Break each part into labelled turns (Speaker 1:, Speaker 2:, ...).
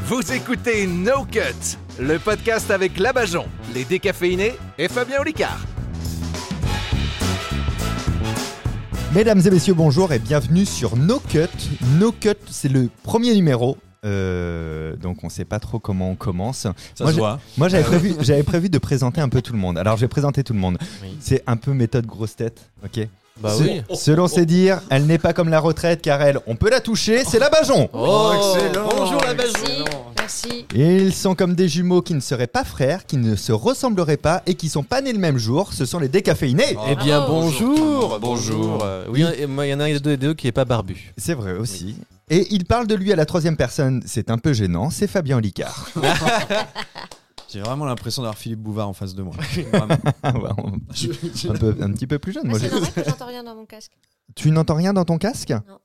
Speaker 1: Vous écoutez No Cut, le podcast avec Labajon, les décaféinés et Fabien Olicard.
Speaker 2: Mesdames et messieurs, bonjour et bienvenue sur No Cut. No Cut, c'est le premier numéro. Donc on sait pas trop comment on commence. Moi j'avais prévu de présenter un peu tout le monde. Alors je vais présenter tout le monde. Oui. C'est un peu méthode grosse tête, ok.
Speaker 3: Oui.
Speaker 2: Selon ses dires, elle n'est pas comme la retraite car elle, on peut la toucher, c'est Labajon.
Speaker 3: Oh, excellent. Bonjour Labajon.
Speaker 4: Merci.
Speaker 2: Et ils sont comme des jumeaux qui ne seraient pas frères, qui ne se ressembleraient pas et qui sont pas nés le même jour. Ce sont les décaféinés.
Speaker 3: Eh bien bonjour.
Speaker 2: Bonjour.
Speaker 3: Oui, il y en a un des deux qui est pas barbu.
Speaker 2: C'est vrai aussi. Oui. Et il parle de lui à la troisième personne, c'est un peu gênant, c'est Fabien Olicard.
Speaker 5: J'ai vraiment l'impression d'avoir Philippe Bouvard en face de moi.
Speaker 2: un petit peu plus jeune.
Speaker 4: C'est normal que j'entends rien dans mon casque.
Speaker 2: Tu n'entends rien dans ton casque ?
Speaker 4: Non.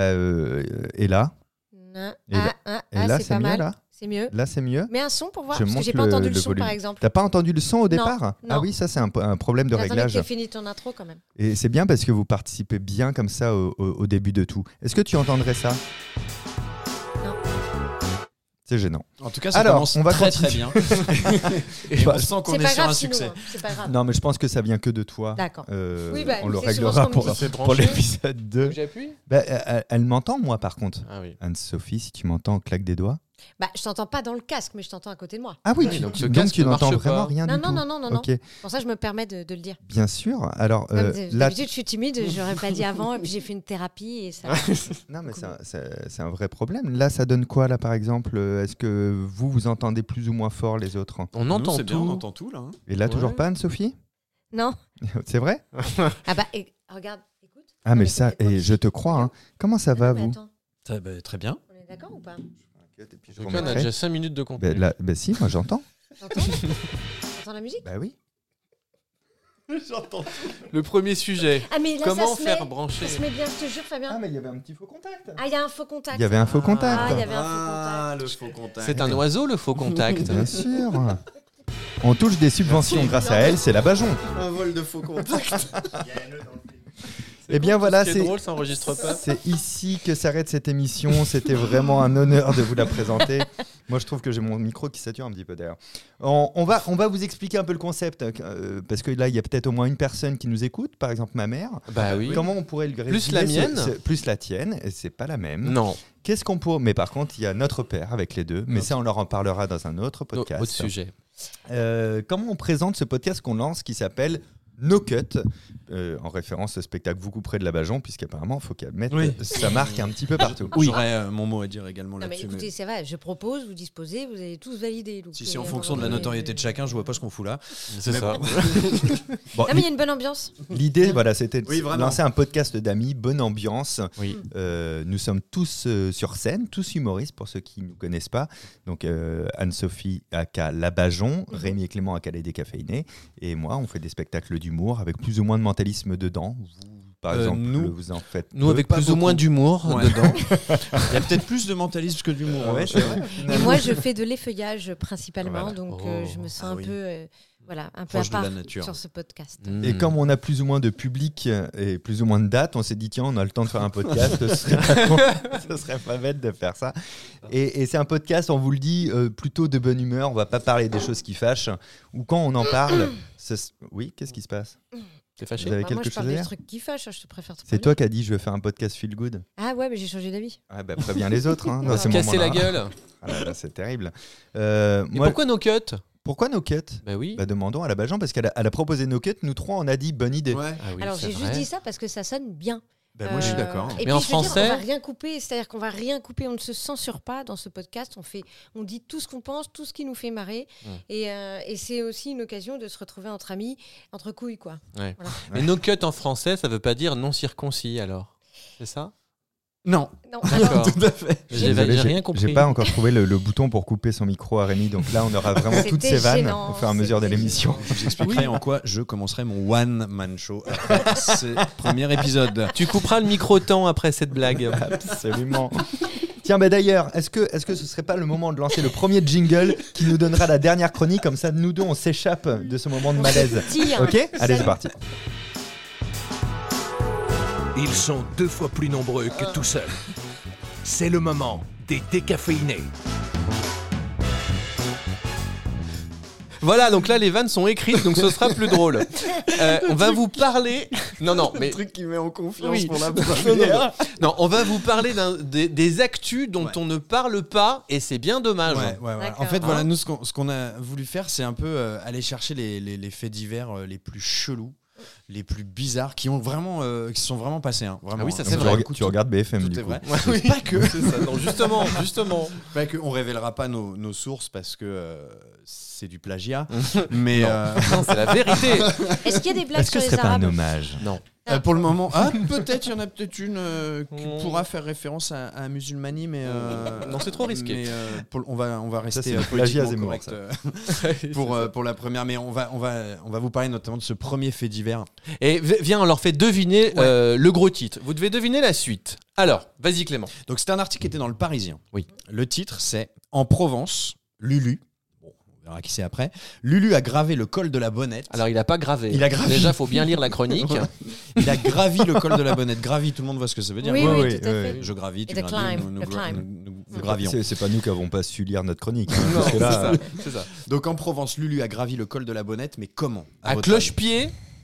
Speaker 2: Et là ?
Speaker 4: Non.
Speaker 2: Et là, c'est mieux
Speaker 4: mal.
Speaker 2: Là ?
Speaker 4: C'est mieux.
Speaker 2: Là, c'est mieux.
Speaker 4: Mets un son pour voir, parce que j'ai pas entendu le son,
Speaker 2: volume.
Speaker 4: par exemple.
Speaker 2: T'as pas entendu le son au départ ?
Speaker 4: Non.
Speaker 2: Ah oui, ça, c'est un problème de réglage.
Speaker 4: Attends, fini ton intro quand même.
Speaker 2: Et c'est bien parce que vous participez bien comme ça au début de tout. Est-ce que tu entendrais ça ?
Speaker 4: Non.
Speaker 2: C'est gênant.
Speaker 5: En tout cas, ça commence
Speaker 2: on va
Speaker 5: très
Speaker 2: continuer.
Speaker 5: très bien. Et on sent qu'on est sur un succès.
Speaker 4: Sinon, c'est pas grave.
Speaker 2: Non, mais je pense que ça vient que de toi.
Speaker 4: D'accord.
Speaker 2: On le réglera pour l'épisode 2.
Speaker 3: J'appuie ?
Speaker 2: Elle m'entend, moi, par contre.
Speaker 3: Ah oui.
Speaker 2: Anne-Sophie, si tu m'entends, claque des doigts.
Speaker 4: Je t'entends pas dans le casque, mais je t'entends à côté de moi.
Speaker 2: Ah oui,
Speaker 3: donc
Speaker 2: tu n'entends vraiment rien du tout.
Speaker 4: Non.
Speaker 2: Okay.
Speaker 4: Pour ça, je me permets de le dire.
Speaker 2: Bien sûr. Alors,
Speaker 4: d'habitude, je suis timide, j'aurais pas dit avant, et puis j'ai fait une thérapie et ça.
Speaker 2: Non, mais c'est un vrai problème. Là, ça donne quoi, là, par exemple ? Est-ce que vous entendez plus ou moins fort les autres ?
Speaker 3: On entend tout.
Speaker 5: Bien, on entend tout, là. Hein.
Speaker 2: Et là, toujours pas, Anne-Sophie ?
Speaker 4: Non.
Speaker 2: C'est vrai ?
Speaker 4: Regarde, écoute.
Speaker 2: Ah, mais ça, et je te crois. Hein. Comment ça va, vous ?
Speaker 5: Très bien.
Speaker 4: On est d'accord ou pas ?
Speaker 2: Et puis
Speaker 3: on a déjà 5 minutes de contenu.
Speaker 2: Si, moi j'entends.
Speaker 4: T'entends la musique ?
Speaker 2: Bah oui.
Speaker 5: J'entends.
Speaker 3: Le premier sujet.
Speaker 4: Ah, mais là,
Speaker 3: comment faire brancher ?
Speaker 4: Ça se met bien, je te jure, Fabien.
Speaker 2: Ah, mais il y avait un petit faux contact.
Speaker 4: Ah, il y a un faux contact.
Speaker 2: Il y avait un faux contact.
Speaker 4: Ah, il y avait un faux contact.
Speaker 5: Le faux contact.
Speaker 3: C'est un oiseau, le faux contact.
Speaker 2: Bien sûr. On touche des subventions grâce à elle, c'est Labajon.
Speaker 5: Un vol de faux contact.
Speaker 2: Eh bien voilà,
Speaker 3: c'est drôle, ça enregistre pas.
Speaker 2: C'est ici que s'arrête cette émission. C'était vraiment un honneur de vous la présenter. Moi, je trouve que j'ai mon micro qui sature un petit peu d'ailleurs. On va vous expliquer un peu le concept parce que là, il y a peut-être au moins une personne qui nous écoute, par exemple ma mère.
Speaker 3: Bah oui.
Speaker 2: Comment on pourrait le résumer ?
Speaker 3: Plus la mienne.
Speaker 2: Plus la tienne, et c'est pas la même.
Speaker 3: Non.
Speaker 2: Qu'est-ce qu'on pourrait ? Mais par contre, il y a notre père avec les deux. Mais ça, on leur en parlera dans un autre podcast.
Speaker 3: Autre sujet.
Speaker 2: Comment on présente ce podcast qu'on lance qui s'appelle No Cut, en référence au spectacle Vous couperez de Labajon, puisqu'apparemment, il faut qu'elle mette sa marque un petit peu partout.
Speaker 5: J'aurais mon mot à dire également là-dessus.
Speaker 4: Mais écoutez, ça va, je propose, vous disposez, vous allez tous valider.
Speaker 5: Si c'est en fonction de la notoriété de chacun, je vois pas ce qu'on fout là.
Speaker 3: C'est ça.
Speaker 2: Bon,
Speaker 4: mais il y a une bonne ambiance.
Speaker 2: L'idée, c'était de lancer un podcast d'amis, bonne ambiance.
Speaker 3: Oui.
Speaker 2: Nous sommes tous sur scène, tous humoristes, pour ceux qui ne nous connaissent pas. Donc, Anne-Sophie aka Labajon, Rémi et Clément aka les décaféinés, et moi, on fait des spectacles d'humour avec plus ou moins de mentalisme dedans. Vous, par exemple, vous en faites.
Speaker 3: Nous, avec plus ou moins d'humour dedans.
Speaker 5: Il y a peut-être plus de mentalisme que d'humour.
Speaker 2: Ouais, c'est vrai.
Speaker 4: Et moi, je fais de l'effeuillage principalement, donc je me sens un peu à part sur ce podcast.
Speaker 2: Et comme on a plus ou moins de public et plus ou moins de dates, on s'est dit tiens, on a le temps de faire un podcast, ce serait pas bête de faire ça. Et c'est un podcast, on vous le dit, plutôt de bonne humeur. On va pas parler des choses qui fâchent. Ou quand on en parle, oui, qu'est-ce qui se passe ?
Speaker 3: T'es fâché ?
Speaker 2: Vous avez
Speaker 4: Moi,
Speaker 2: quelque
Speaker 4: je
Speaker 2: chose
Speaker 4: parle
Speaker 2: à
Speaker 4: des
Speaker 2: dire ?
Speaker 4: trucs qui fâchent, je te préfère te
Speaker 2: C'est toi qui as dit je vais faire un podcast feel good.
Speaker 4: Ah ouais, mais j'ai changé d'avis.
Speaker 2: Ah bah préviens les autres. Hein, dans
Speaker 3: se casser la gueule.
Speaker 2: Ah là, c'est terrible.
Speaker 3: Pourquoi No Cut ?
Speaker 2: Pourquoi No Cut ?
Speaker 3: Bah oui.
Speaker 2: Demandons à Labajon parce qu'elle a proposé No Cut. Nous trois, on a dit bonne idée.
Speaker 5: Ouais.
Speaker 3: Ah oui,
Speaker 4: alors j'ai juste dit ça parce que ça sonne bien.
Speaker 5: Moi, je suis d'accord.
Speaker 4: Et
Speaker 3: mais
Speaker 4: puis,
Speaker 3: en
Speaker 4: on
Speaker 3: français,
Speaker 4: va rien couper, c'est-à-dire qu'on va rien couper, on ne se censure pas dans ce podcast, on dit tout ce qu'on pense, tout ce qui nous fait marrer, et c'est aussi une occasion de se retrouver entre amis, entre couilles, quoi.
Speaker 3: Ouais.
Speaker 4: Voilà.
Speaker 3: Mais No Cut en français, ça veut pas dire non circoncis, alors. C'est ça ?
Speaker 5: Non.
Speaker 3: D'accord.
Speaker 5: Tout à fait.
Speaker 3: J'ai rien compris.
Speaker 2: J'ai pas encore trouvé le bouton pour couper son micro à Rémi, donc là on aura vraiment toutes ces vannes
Speaker 4: gênant,
Speaker 2: au fur et à mesure de l'émission.
Speaker 5: Je vous expliquerai en quoi je commencerai mon one-man show après ce premier épisode.
Speaker 3: Tu couperas le micro-temps après cette blague.
Speaker 2: Absolument. Tiens, d'ailleurs, est-ce que ce serait pas le moment de lancer le premier jingle qui nous donnera la dernière chronique, comme ça nous deux on s'échappe de ce moment de malaise. Ok ? Allez, c'est parti.
Speaker 1: Ils sont 2 fois plus nombreux que tout seuls. C'est le moment des décaféinés.
Speaker 3: Voilà, donc là les vannes sont écrites, donc ce sera plus drôle. On va vous parler. Non, mais
Speaker 5: Le truc qui met en confiance
Speaker 3: Oui.
Speaker 5: pour la
Speaker 3: non,
Speaker 5: première.
Speaker 3: non, on va vous parler des actus dont on ne parle pas, et c'est bien dommage.
Speaker 5: Ouais.
Speaker 4: D'accord.
Speaker 5: En fait,
Speaker 3: Hein
Speaker 5: voilà, nous, ce qu'on a voulu faire, c'est un peu aller chercher les faits divers les plus chelous, les plus bizarres, qui sont vraiment passés. Hein, vraiment,
Speaker 3: Ah oui, ça,
Speaker 5: hein.
Speaker 3: c'est
Speaker 2: Donc,
Speaker 3: vrai.
Speaker 2: tu regardes BFM
Speaker 5: Tout
Speaker 2: du
Speaker 5: est
Speaker 2: coup.
Speaker 5: vrai.
Speaker 3: Ouais, oui.
Speaker 5: Pas que.
Speaker 3: C'est ça. Non, justement.
Speaker 5: Pas que. On révélera pas nos sources parce que c'est du plagiat. Mais
Speaker 3: Non, c'est la vérité.
Speaker 4: Est-ce qu'il y a des blagues
Speaker 2: Est-ce
Speaker 4: sur
Speaker 2: que ce
Speaker 4: les
Speaker 2: serait pas un
Speaker 4: Arabes?
Speaker 2: hommage?
Speaker 3: Non.
Speaker 5: pour le moment, peut-être il y en a peut-être une qui pourra faire référence à un musulmani, mais
Speaker 3: Non, c'est trop risqué.
Speaker 5: Mais on va rester
Speaker 2: c'est le plagiat
Speaker 5: politiquement
Speaker 2: Zemmour,
Speaker 5: correct pour la première. Mais on va vous parler notamment de ce premier fait divers.
Speaker 3: Et viens, on leur fait deviner le gros titre. Vous devez deviner la suite. Alors, vas-y Clément.
Speaker 5: Donc c'était un article qui était dans le Parisien.
Speaker 3: Oui.
Speaker 5: Le titre c'est En Provence, Lulu. Bon, on verra qui c'est après. Lulu a gravé le col de la Bonnette.
Speaker 3: Alors, il a pas gravé.
Speaker 5: Il a gravi.
Speaker 3: Déjà, faut bien lire la chronique.
Speaker 5: Il a gravi le col de la Bonnette. Gravi, tout le monde voit ce que ça veut dire.
Speaker 4: Oui,
Speaker 2: Ouais,
Speaker 4: oui,
Speaker 2: ouais,
Speaker 4: tout à
Speaker 2: ouais.
Speaker 4: fait.
Speaker 5: Je gravis, tu
Speaker 4: Et the
Speaker 5: gravis,
Speaker 4: climb,
Speaker 5: nous
Speaker 4: the climb.
Speaker 5: nous gravions.
Speaker 2: C'est pas nous qui avons pas su lire notre chronique. hein,
Speaker 3: Non,
Speaker 2: parce que là,
Speaker 3: c'est ça.
Speaker 5: Donc en Provence, Lulu a gravi le col de la Bonnette, mais comment
Speaker 3: À
Speaker 5: votre
Speaker 3: cloche-pied,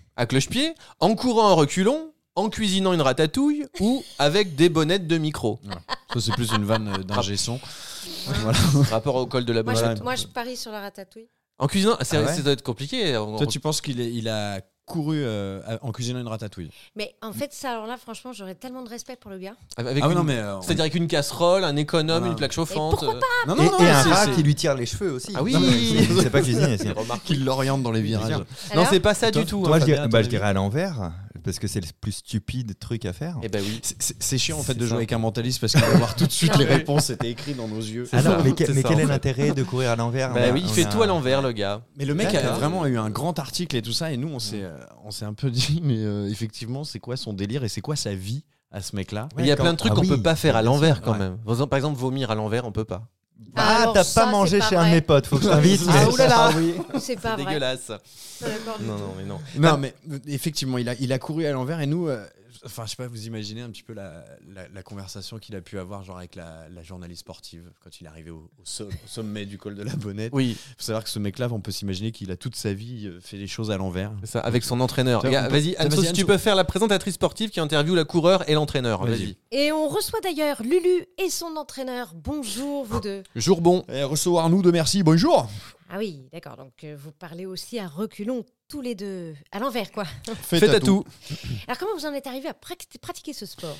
Speaker 3: en courant en reculons, en cuisinant une ratatouille ou avec des bonnettes de micro.
Speaker 5: avis Ça c'est plus une vanne d'ingé son. Voilà.
Speaker 3: Rapport au col de la
Speaker 4: Moi,
Speaker 3: bonnette.
Speaker 4: je parie sur la ratatouille.
Speaker 3: En cuisinant,
Speaker 2: Ah ouais
Speaker 3: ça doit être compliqué.
Speaker 5: Toi tu penses qu'il a couru en cuisinant une ratatouille?
Speaker 4: Mais en fait, ça, alors là, franchement, j'aurais tellement de respect pour le gars.
Speaker 3: Avec
Speaker 5: Ah oui,
Speaker 3: une-
Speaker 5: non mais
Speaker 3: C'est-à-dire avec une casserole, un économe,
Speaker 5: Voilà.
Speaker 3: une plaque chauffante.
Speaker 4: pourquoi
Speaker 5: non,
Speaker 2: et un
Speaker 5: c'est-
Speaker 2: rat
Speaker 5: c'est-
Speaker 2: qui lui tire les cheveux aussi.
Speaker 3: Ah oui.
Speaker 2: Non, mais c'est pas cuisiner. c'est-
Speaker 5: qu'il l'oriente dans les virages.
Speaker 2: Bien.
Speaker 3: Non,
Speaker 4: Alors
Speaker 3: c'est pas ça
Speaker 2: Toi-
Speaker 3: du tout.
Speaker 2: Toi,
Speaker 3: hein.
Speaker 2: je
Speaker 5: Fabien, à ton
Speaker 2: je
Speaker 5: avis
Speaker 2: dirais à l'envers, parce que c'est le plus stupide truc à faire.
Speaker 3: Eh ben oui.
Speaker 5: C'est chiant en fait
Speaker 3: C'est
Speaker 5: de
Speaker 3: ça.
Speaker 5: jouer avec un mentaliste parce qu'on va voir tout de suite
Speaker 4: Non,
Speaker 5: les
Speaker 4: mais-
Speaker 5: réponses, c'était écrit dans nos yeux.
Speaker 2: Ah non,
Speaker 3: ça,
Speaker 2: mais,
Speaker 3: c'est
Speaker 2: mais
Speaker 3: ça,
Speaker 2: quel
Speaker 3: en
Speaker 2: est
Speaker 3: fait.
Speaker 2: l'intérêt de courir à l'envers?
Speaker 3: Bah oui, il fait tout à l'envers, le gars.
Speaker 5: Mais le mec a
Speaker 2: D'accord.
Speaker 5: vraiment eu un grand article et tout ça, et nous on s'est un peu dit, mais effectivement, c'est quoi son délire et c'est quoi sa vie à ce mec-là?
Speaker 3: Mais il y a plein de trucs qu'on peut pas faire à
Speaker 2: bien sûr.
Speaker 3: l'envers quand
Speaker 5: Ouais.
Speaker 3: même. Par exemple, vomir à l'envers, on peut pas.
Speaker 2: Ah,
Speaker 4: Alors
Speaker 2: t'as
Speaker 4: ça,
Speaker 2: pas mangé
Speaker 4: c'est
Speaker 2: chez
Speaker 4: pas
Speaker 2: un de
Speaker 4: vrai.
Speaker 2: mes potes, faut que je t'invite.
Speaker 3: Ah,
Speaker 2: mais-
Speaker 3: oulala.
Speaker 2: oui.
Speaker 4: C'est pas
Speaker 3: C'est
Speaker 4: vrai.
Speaker 3: dégueulasse.
Speaker 4: D'accord.
Speaker 3: Non, mais non.
Speaker 5: Non, mais effectivement, il a couru à l'envers et nous, enfin, je sais pas, vous imaginez un petit peu la conversation qu'il a pu avoir genre avec la journaliste sportive quand il est arrivé au sommet du col de la Bonnette.
Speaker 3: Oui,
Speaker 5: Il faut savoir que ce mec-là, on peut s'imaginer qu'il a toute sa vie fait les choses à l'envers.
Speaker 3: c'est ça, avec son entraîneur.
Speaker 5: Ça,
Speaker 3: Regarde,
Speaker 5: on peut-
Speaker 3: Vas-y,
Speaker 5: ça,
Speaker 3: Anne-Sophie,
Speaker 5: vas-y,
Speaker 3: si tu
Speaker 5: Anne-Sophie.
Speaker 3: peux faire la présentatrice sportive qui interviewe la coureur et l'entraîneur.
Speaker 5: Vas-y.
Speaker 3: Vas-y.
Speaker 4: Et on reçoit d'ailleurs Lulu et son entraîneur. Bonjour, vous deux.
Speaker 3: Jour bon.
Speaker 5: Recevoir nous de merci, bonjour.
Speaker 4: Ah oui, d'accord. Donc, vous parlez aussi à reculons tous les deux. À l'envers, quoi.
Speaker 3: Faites à tout.
Speaker 4: Alors, comment vous en êtes arrivé à pratiquer ce sport?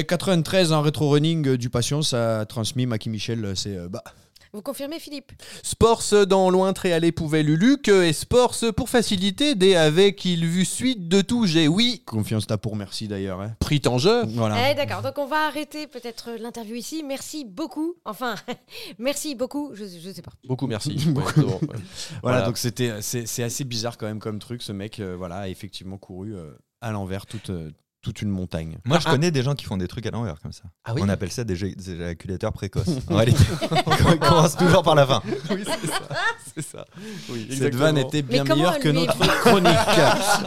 Speaker 5: 93 en rétro-running du Passion, ça a transmis Maki Michel, c'est
Speaker 4: Vous confirmez, Philippe?
Speaker 3: Sports dans loin très allé pouvait Lulu que et sports pour faciliter des avec il vu suite de tout j'ai oui
Speaker 5: confiance t'as pour merci d'ailleurs. Hein.
Speaker 3: pris en jeu.
Speaker 5: Voilà.
Speaker 4: Eh, d'accord. Donc, on va arrêter peut-être l'interview ici. Merci beaucoup. Enfin, merci beaucoup. Je sais pas.
Speaker 3: Beaucoup merci.
Speaker 5: Beaucoup.
Speaker 3: Ouais, c'est bon, ouais.
Speaker 5: Voilà,
Speaker 3: Voilà.
Speaker 5: donc c'est assez bizarre quand même comme truc. Ce mec, voilà, a effectivement couru à l'envers toute une montagne.
Speaker 2: Moi, je connais des gens qui font des trucs à l'envers comme ça.
Speaker 3: Ah oui.
Speaker 2: On appelle ça des éjaculateurs précoces. En réalité, on commence toujours par la fin.
Speaker 3: Oui, c'est ça. C'est ça. Oui,
Speaker 5: Cette vanne était bien
Speaker 4: Mais comment
Speaker 5: meilleure que
Speaker 4: lui-
Speaker 5: notre chronique.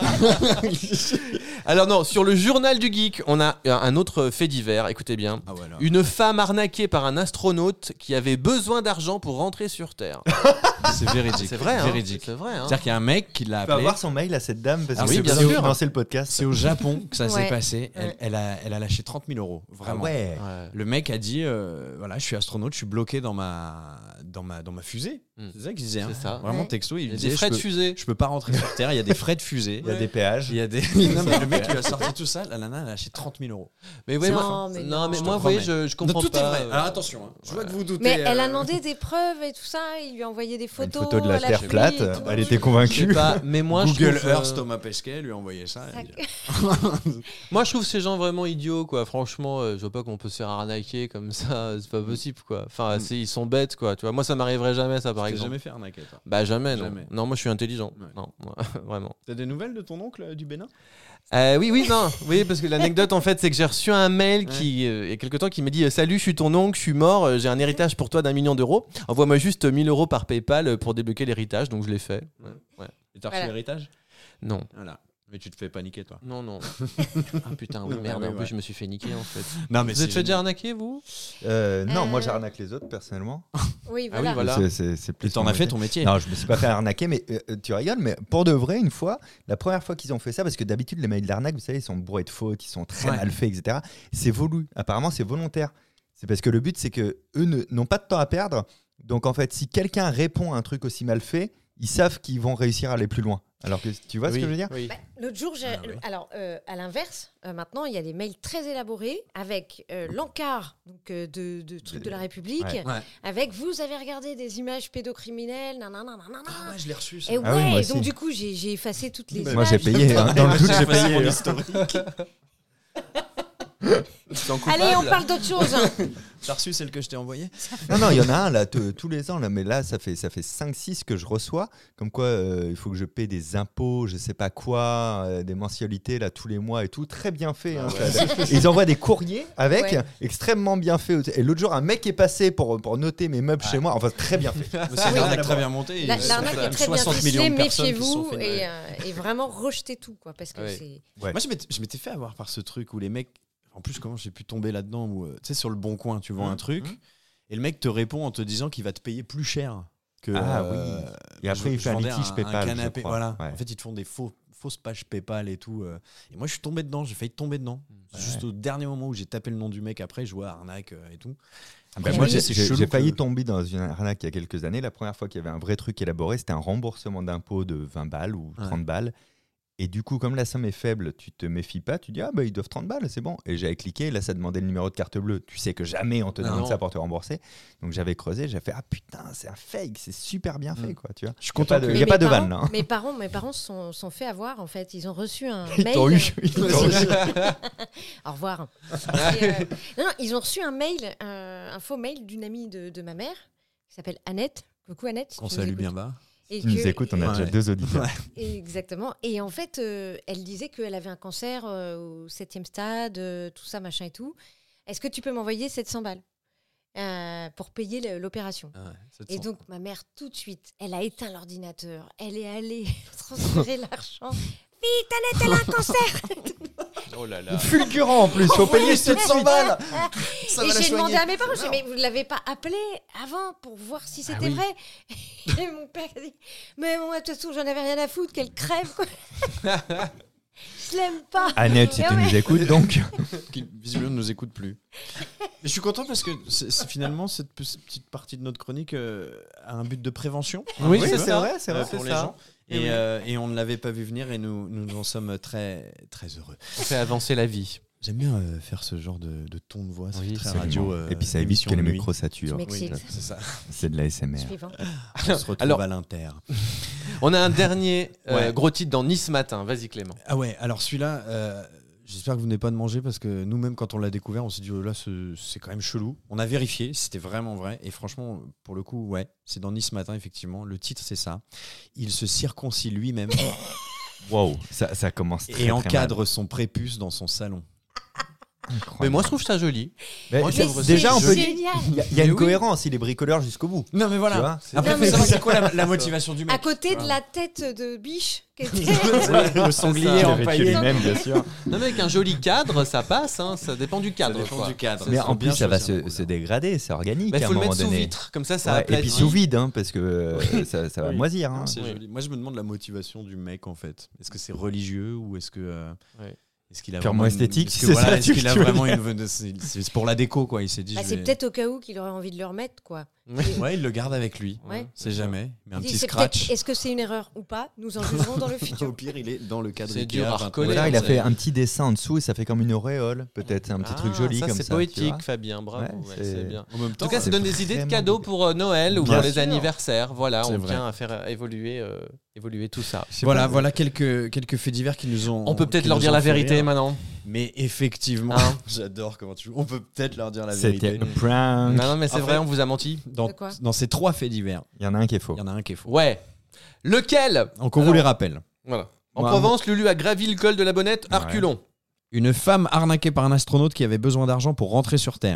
Speaker 3: Alors non, sur le journal du geek, on a un autre fait divers. Écoutez bien.
Speaker 5: Ah voilà.
Speaker 3: Une femme arnaquée par un astronaute qui avait besoin d'argent pour rentrer sur Terre.
Speaker 5: C'est véridique.
Speaker 3: C'est vrai, hein.
Speaker 5: Véridique.
Speaker 3: C'est vrai. Hein.
Speaker 5: C'est-dire qu'il y a un mec qui l'a
Speaker 2: Tu peux
Speaker 5: appelé.
Speaker 2: avoir son mail à cette dame parce
Speaker 5: Ah
Speaker 2: que
Speaker 5: oui,
Speaker 2: c'est
Speaker 5: bien
Speaker 2: pour
Speaker 3: sûr.
Speaker 2: financer le podcast.
Speaker 5: C'est au Japon que ça s'est
Speaker 4: Ouais.
Speaker 5: passé.
Speaker 4: Ouais.
Speaker 5: Elle a lâché 30 000 euros.
Speaker 2: Ah
Speaker 5: Vraiment.
Speaker 2: ouais.
Speaker 3: Ouais.
Speaker 5: Le mec a dit voilà, je suis astronaute, je suis bloqué dans ma fusée.
Speaker 3: Mm.
Speaker 5: C'est ça qu'il disait. Hein.
Speaker 3: C'est ça.
Speaker 5: Vraiment
Speaker 4: Ouais.
Speaker 5: texto, il
Speaker 3: Il y a
Speaker 5: disait
Speaker 3: des frais de
Speaker 5: je
Speaker 3: fusée.
Speaker 5: peux pas rentrer sur Terre, il y a des frais de fusée.
Speaker 2: Il y a des péages.
Speaker 5: Il y a des... Non, mais le mec lui a sorti tout ça, la nana a lâché 30 000 euros.
Speaker 3: Mais ouais,
Speaker 4: Non,
Speaker 3: moi,
Speaker 4: mais
Speaker 3: non,
Speaker 4: non.
Speaker 3: mais
Speaker 4: Je
Speaker 3: moi,
Speaker 5: te
Speaker 3: vous voyez,
Speaker 5: promets.
Speaker 3: je comprends
Speaker 5: tout
Speaker 3: pas.
Speaker 5: est vrai. Alors attention, hein. Je vois que vous doutez.
Speaker 4: Mais elle a demandé des preuves et tout ça. Il lui a envoyé des
Speaker 2: Une
Speaker 4: photos.
Speaker 2: photo de la
Speaker 4: elle a
Speaker 2: Terre
Speaker 4: pris
Speaker 2: plate.
Speaker 4: et tout.
Speaker 2: Elle était
Speaker 3: Je sais
Speaker 2: convaincue.
Speaker 3: pas, mais moi,
Speaker 5: Google
Speaker 3: je trouve,
Speaker 5: Earth, Thomas Pesquet lui a envoyé ça.
Speaker 4: Ça-
Speaker 5: et-
Speaker 3: moi, je trouve ces gens vraiment idiots, quoi. Franchement, je vois pas qu'on peut se faire arnaquer comme ça. C'est pas possible, quoi. Enfin, ils sont bêtes, quoi. Tu vois, moi, ça m'arriverait jamais, ça, par
Speaker 5: T'as
Speaker 3: exemple.
Speaker 5: jamais fait arnaquer, toi.
Speaker 3: Bah jamais, non.
Speaker 5: Jamais.
Speaker 3: Non, moi, je suis intelligent.
Speaker 5: Ouais.
Speaker 3: Non, moi, vraiment.
Speaker 5: T'as des nouvelles de ton oncle du Bénin?
Speaker 3: Oui, non. Oui, parce que l'anecdote, en fait, c'est que j'ai reçu un mail qui, il y a quelque temps qui m'a dit salut, je suis ton oncle, je suis mort, j'ai un héritage pour toi d'1 million d'euros. Envoie-moi juste 1 000 euros par PayPal pour débloquer l'héritage. Donc, je l'ai fait. Ouais.
Speaker 5: Et t'as reçu
Speaker 4: Voilà.
Speaker 5: l'héritage?
Speaker 3: Non.
Speaker 5: Voilà. Mais tu te fais paniquer, toi.
Speaker 3: Non. Ah putain, oui, merde, en plus je me suis fait niquer en fait.
Speaker 5: Non, mais
Speaker 3: Vous êtes fait déjà arnaquer, vous?
Speaker 2: Non, moi j'arnaque les autres personnellement.
Speaker 4: Oui,
Speaker 3: Ah oui,
Speaker 4: voilà.
Speaker 3: voilà.
Speaker 2: C'est plus.
Speaker 5: Et t'en as fait ton métier.
Speaker 2: Non, je me suis pas fait arnaquer, mais tu rigoles, mais pour de vrai, une fois, la première fois qu'ils ont fait ça, parce que d'habitude les mails d'arnaque, vous savez, ils sont bourrés de fautes, ils sont très mal faits, etc. C'est voulu. Apparemment, c'est volontaire. C'est parce que le but, c'est que eux n'ont pas de temps à perdre. Donc en fait, si quelqu'un répond à un truc aussi mal fait, ils savent qu'ils vont réussir à aller plus loin. Alors que tu vois ce que je veux dire?
Speaker 3: Oui.
Speaker 4: L'autre jour, alors à l'inverse, maintenant il y a des mails très élaborés avec l'encart de trucs de la République, avec vous avez regardé des images pédocriminelles, nanana.
Speaker 5: Ah ouais, je l'ai reçu ça.
Speaker 4: Et
Speaker 2: Ah oui, moi aussi.
Speaker 4: donc du coup j'ai effacé toutes les images.
Speaker 2: Moi j'ai payé, hein. Dans le doute j'ai payé.
Speaker 5: mon historique.
Speaker 4: Allez, on parle d'autre chose.
Speaker 5: T'as reçu celle que je t'ai envoyée?
Speaker 2: Non, il y en a un là tous les ans là, mais là ça fait 5-6 que je reçois, comme quoi il faut que je paie des impôts, je sais pas quoi, des mensualités là tous les mois et tout, très bien fait. Hein, ils envoient des courriers avec, extrêmement bien fait. Et l'autre jour un mec est passé pour noter mes meubles chez moi, enfin très bien fait.
Speaker 5: C'est l'arnaque très bien montée.
Speaker 4: L'arnaque est très bien ficelée, méfiez-vous et vraiment rejetez tout quoi, parce que c'est.
Speaker 5: Moi je m'étais fait avoir par ce truc où les mecs. En plus, comment j'ai pu tomber là-dedans où, tu sais, sur le Bon Coin, tu vends un truc et le mec te répond en te disant qu'il va te payer plus cher que.
Speaker 2: Oui. Et après, il fait un litige PayPal.
Speaker 5: Canapé, voilà.
Speaker 2: Ouais.
Speaker 5: En fait, ils te font des fausses pages PayPal et tout. Et moi, je suis tombé dedans. J'ai failli tomber dedans. Juste au dernier moment où j'ai tapé le nom du mec, après, je vois arnaque et tout.
Speaker 2: Moi, j'ai failli tomber dans une arnaque il y a quelques années. La première fois qu'il y avait un vrai truc élaboré, c'était un remboursement d'impôt de 20 balles ou 30 balles. Et du coup, comme la somme est faible, tu te méfies pas, tu dis ah bah ils doivent 30 balles, c'est bon. Et j'avais cliqué, là ça demandait le numéro de carte bleue. Tu sais que jamais on te demande ça pour te rembourser. Donc j'avais creusé, j'ai fait ah putain, c'est un fake, c'est super bien fait quoi, tu vois.
Speaker 5: Je suis content.
Speaker 2: Il y a pas de vanne là. Hein.
Speaker 4: Mes parents sont fait avoir en fait, ils ont reçu un
Speaker 2: Ils
Speaker 4: mail.
Speaker 2: t'ont eu.
Speaker 4: Au revoir. Non, ils ont reçu un mail, un faux mail d'une amie de ma mère qui s'appelle Annette. Coucou Annette.
Speaker 5: On salue bien bas.
Speaker 2: Tu nous écoutes, on a déjà 2 auditeurs.
Speaker 4: Exactement. Et en fait, elle disait qu'elle avait un cancer au 7e stade, tout ça, machin et tout. Est-ce que tu peux m'envoyer 700 balles pour payer l'opération? Et donc, ma mère, tout de suite, elle a éteint l'ordinateur. Elle est allée transférer l'argent. Vite, Annette, elle a un cancer.
Speaker 3: Oh là là.
Speaker 2: Fulgurant en plus, faut payer 700 balles.
Speaker 4: Et j'ai demandé à mes parents, j'ai dit, mais vous ne l'avez pas appelé avant pour voir si c'était vrai? Et mon père a dit, mais moi, de toute façon, j'en avais rien à foutre, qu'elle crève, quoi. Je l'aime pas.
Speaker 2: Annette, si tu nous écoutes, donc.
Speaker 5: Qui visiblement ne nous écoute plus. Mais je suis content parce que finalement, cette petite partie de notre chronique a un but de prévention.
Speaker 2: Oui, c'est vrai, c'est vrai.
Speaker 5: Pour les gens. Et on ne l'avait pas vu venir et nous en sommes très, très heureux.
Speaker 3: On fait avancer la vie.
Speaker 5: J'aime bien faire ce genre de ton de voix, c'est très
Speaker 2: radio.
Speaker 5: radio.
Speaker 2: Et puis ça évite que les micros saturent.
Speaker 5: Oui, c'est ça.
Speaker 2: C'est de la SMR.
Speaker 5: On se retrouve à l'Inter.
Speaker 3: On a un dernier gros titre dans Nice Matin. Vas-y Clément.
Speaker 5: Ah ouais, alors celui-là, j'espère que vous n'avez pas de manger parce que nous-mêmes, quand on l'a découvert, on s'est dit, oh là, c'est quand même chelou. On a vérifié, c'était vraiment vrai. Et franchement, pour le coup, ouais, c'est dans Nice Matin, effectivement. Le titre, c'est ça. Il se circoncie lui-même.
Speaker 2: Wow, ça commence très,
Speaker 5: et encadre son prépuce dans son salon.
Speaker 3: Mais moi, je trouve ça joli.
Speaker 2: Déjà, on peut dire
Speaker 4: génial.
Speaker 2: il y a une cohérence, il est bricoleur jusqu'au bout.
Speaker 5: Non, mais voilà.
Speaker 2: Après,
Speaker 5: c'est quoi la motivation du mec?
Speaker 4: À côté de la tête de biche qui était...
Speaker 5: Le sanglier empaillé.
Speaker 2: Même, bien sûr.
Speaker 3: Non, mais avec un joli cadre, ça passe. Hein, ça dépend du cadre.
Speaker 5: Ça dépend du cadre.
Speaker 2: Mais en plus, ça va se dégrader, c'est organique.
Speaker 3: Il faut
Speaker 2: à un
Speaker 3: le
Speaker 2: moment
Speaker 3: mettre sous
Speaker 2: donné.
Speaker 3: vitre, comme ça
Speaker 2: Et puis sous vide, hein, parce que ça va
Speaker 5: Oui.
Speaker 2: moisir. Hein.
Speaker 5: C'est joli. Moi, je me demande la motivation du mec, en fait. Est-ce que c'est religieux ou est-ce que... Est-ce qu'il a
Speaker 2: purement esthétique,
Speaker 5: c'est ça. Est-ce qu'il a vraiment c'est pour la déco quoi. Il s'est dit.
Speaker 4: C'est peut-être au cas où qu'il aurait envie de le remettre quoi.
Speaker 5: Ouais, il le garde avec lui.
Speaker 4: Ouais.
Speaker 5: C'est jamais. Mais un
Speaker 4: Il
Speaker 5: petit
Speaker 4: dit,
Speaker 5: scratch.
Speaker 4: Est-ce que c'est une erreur ou pas? Nous en jugerons dans le futur.
Speaker 5: Au pire, il est dans le cadre.
Speaker 3: C'est dur à recoller.
Speaker 2: Voilà, il a fait un petit dessin en dessous et ça fait comme une auréole, peut-être un petit truc joli comme ça.
Speaker 3: C'est poétique, Fabien. Bravo. C'est bien.
Speaker 5: En même temps,
Speaker 3: en tout cas, ça donne des idées de cadeaux pour Noël ou pour les anniversaires. Voilà, on tient à faire évoluer tout ça.
Speaker 5: Voilà quelques faits divers qui nous ont.
Speaker 3: On peut peut-être leur dire la vérité maintenant.
Speaker 5: Mais effectivement, j'adore comment tu joues. On peut peut-être leur dire la vérité.
Speaker 2: C'était un prank.
Speaker 3: Non, mais c'est vrai, on vous a menti.
Speaker 5: Dans ces 3 faits divers,
Speaker 2: il y en a un qui est faux.
Speaker 3: Ouais. Lequel?
Speaker 5: Donc on vous les rappelle.
Speaker 3: Voilà. En Provence, Lulu a gravi le col de la Bonnette à reculons.
Speaker 5: Une femme arnaquée par un astronaute qui avait besoin d'argent pour rentrer sur Terre.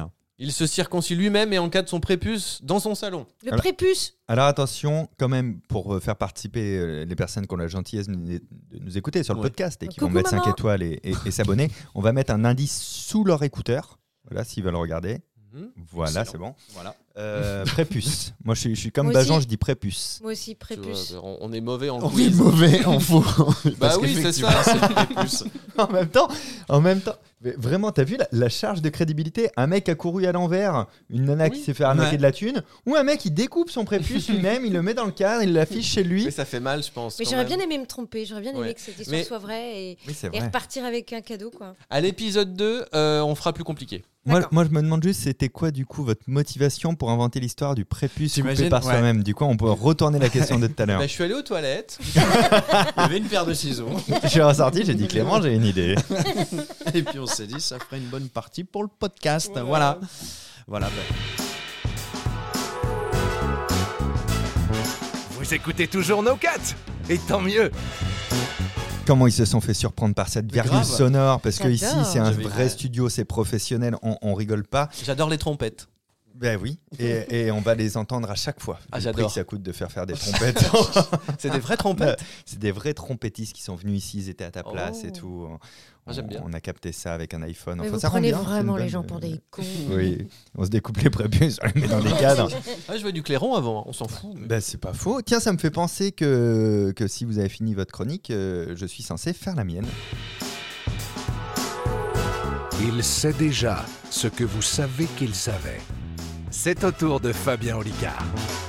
Speaker 3: Il se circoncit lui-même et encadre son prépuce dans son salon.
Speaker 4: Le prépuce.
Speaker 2: Alors attention, quand même, pour faire participer les personnes qui ont la gentillesse de nous écouter sur le podcast et qui vont mettre 5 étoiles et s'abonner, on va mettre un indice sous leur écouteur. Voilà, s'ils veulent regarder. Voilà, excellent. C'est bon.
Speaker 5: Voilà.
Speaker 2: Prépuce. Moi, je suis comme Bajon, je dis prépuce.
Speaker 4: Moi aussi, prépuce.
Speaker 3: On est mauvais en
Speaker 5: quiz. On est mauvais en faux.
Speaker 3: Bah oui, c'est ça. C'est le prépuce.
Speaker 2: En même temps, mais vraiment, t'as vu la charge de crédibilité? Un mec a couru à l'envers, une nana qui s'est fait arnaquer de la thune, ou un mec qui découpe son prépuce lui-même, il le met dans le cadre, il l'affiche chez lui.
Speaker 3: Mais ça fait mal, je pense.
Speaker 4: Mais j'aurais bien aimé me tromper, j'aurais bien aimé que cette histoire soit vraie et repartir avec un cadeau, quoi.
Speaker 3: À l'épisode 2, on fera plus compliqué.
Speaker 2: Moi, je me demande juste, c'était quoi du coup votre motivation pour inventer l'histoire du prépuce coupé par soi-même? Du coup, on peut retourner la question de tout à l'heure.
Speaker 3: Je suis allé aux toilettes.
Speaker 5: Il y avait une paire de ciseaux.
Speaker 2: Je suis ressorti, j'ai dit Clément, j'ai une idée.
Speaker 5: Et puis on s'est dit, ça ferait une bonne partie pour le podcast. Voilà.
Speaker 1: Vous écoutez toujours No Cut, et tant mieux.
Speaker 2: Comment ils se sont fait surprendre par cette virgule sonore, parce que ici c'est un vrai studio, c'est professionnel, on rigole pas.
Speaker 3: J'adore les trompettes.
Speaker 2: Ben oui, et on va les entendre à chaque fois.
Speaker 3: Ah, j'adore.
Speaker 2: Ça coûte de faire des trompettes.
Speaker 3: C'est des vraies trompettes.
Speaker 2: C'est des vrais trompettistes qui sont venus ici, ils étaient à ta place et tout.
Speaker 3: J'aime bien.
Speaker 2: On a capté ça avec un iPhone.
Speaker 4: Mais vous prenez vraiment les gens pour des cons.
Speaker 2: Oui, on se découpe les prépuces, on les met dans des cadres.
Speaker 3: Je veux du clairon avant, on s'en fout. Mais...
Speaker 2: Ben, c'est pas faux. Tiens, ça me fait penser que si vous avez fini votre chronique, je suis censé faire la mienne.
Speaker 1: Il sait déjà ce que vous savez qu'il savait. C'est au tour de Fabien Olicard.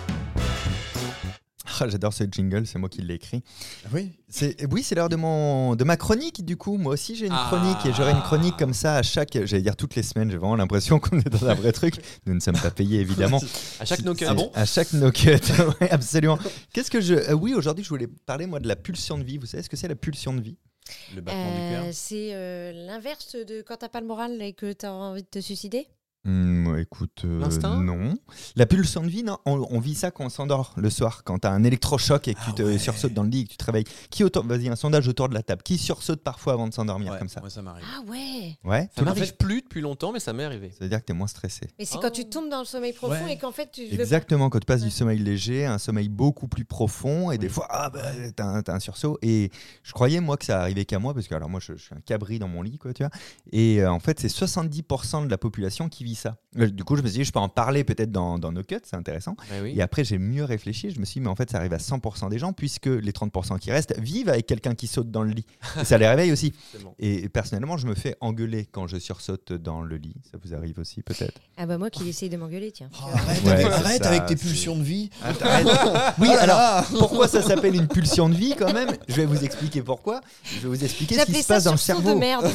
Speaker 2: J'adore ce jingle, c'est moi qui l'ai écrit.
Speaker 5: Oui,
Speaker 2: c'est l'heure de ma chronique du coup. Moi aussi j'ai une chronique et j'aurai une chronique comme ça à j'allais dire toutes les semaines. J'ai vraiment l'impression qu'on est dans un vrai truc. Nous ne sommes pas payés évidemment.
Speaker 3: À chaque no cut.
Speaker 2: À chaque no cut, ouais, absolument. Oui, aujourd'hui je voulais parler moi de la pulsion de vie. Vous savez ce que c'est la pulsion de vie?
Speaker 5: Le battement du cœur.
Speaker 4: C'est l'inverse de quand t'as pas le moral et que t'as envie de te suicider.
Speaker 2: Écoute, non. La pulsion de vie, non. On vit ça quand on s'endort le soir, quand t'as un électrochoc et que tu te sursautes dans le lit et que tu te réveilles. Vas-y, un sondage autour de la table. Qui sursaute parfois avant de s'endormir comme ça?
Speaker 5: Moi, ça m'arrive.
Speaker 4: Ah ouais.
Speaker 2: Ouais.
Speaker 3: Ça m'arrive plus depuis longtemps, mais ça m'est arrivé.
Speaker 2: Ça veut dire que t'es moins stressé.
Speaker 4: Mais c'est quand tu tombes dans le sommeil profond et qu'en fait tu.
Speaker 2: Exactement, quand tu passes du sommeil léger à un sommeil beaucoup plus profond et des fois, t'as un sursaut. Et je croyais moi que ça arrivait qu'à moi parce que alors moi je suis un cabri dans mon lit, quoi, tu vois. Et en fait, c'est 70% de la population qui vit ça. Du coup, je me suis dit, je peux en parler peut-être dans No Cut, c'est intéressant. Et après, j'ai mieux réfléchi. Je me suis dit, mais en fait, ça arrive à 100% des gens, puisque les 30% qui restent vivent avec quelqu'un qui saute dans le lit. Et ça les réveille aussi. Et personnellement, je me fais engueuler quand je sursaute dans le lit. Ça vous arrive aussi, peut-être?
Speaker 4: Ah bah moi qui essaye de m'engueuler, tiens.
Speaker 5: Arrête avec tes pulsions de vie.
Speaker 2: Oui, alors, pourquoi ça s'appelle une pulsion de vie quand même? Je vais vous expliquer pourquoi. Je vais vous expliquer ce qui se passe dans le cerveau.
Speaker 4: De merde.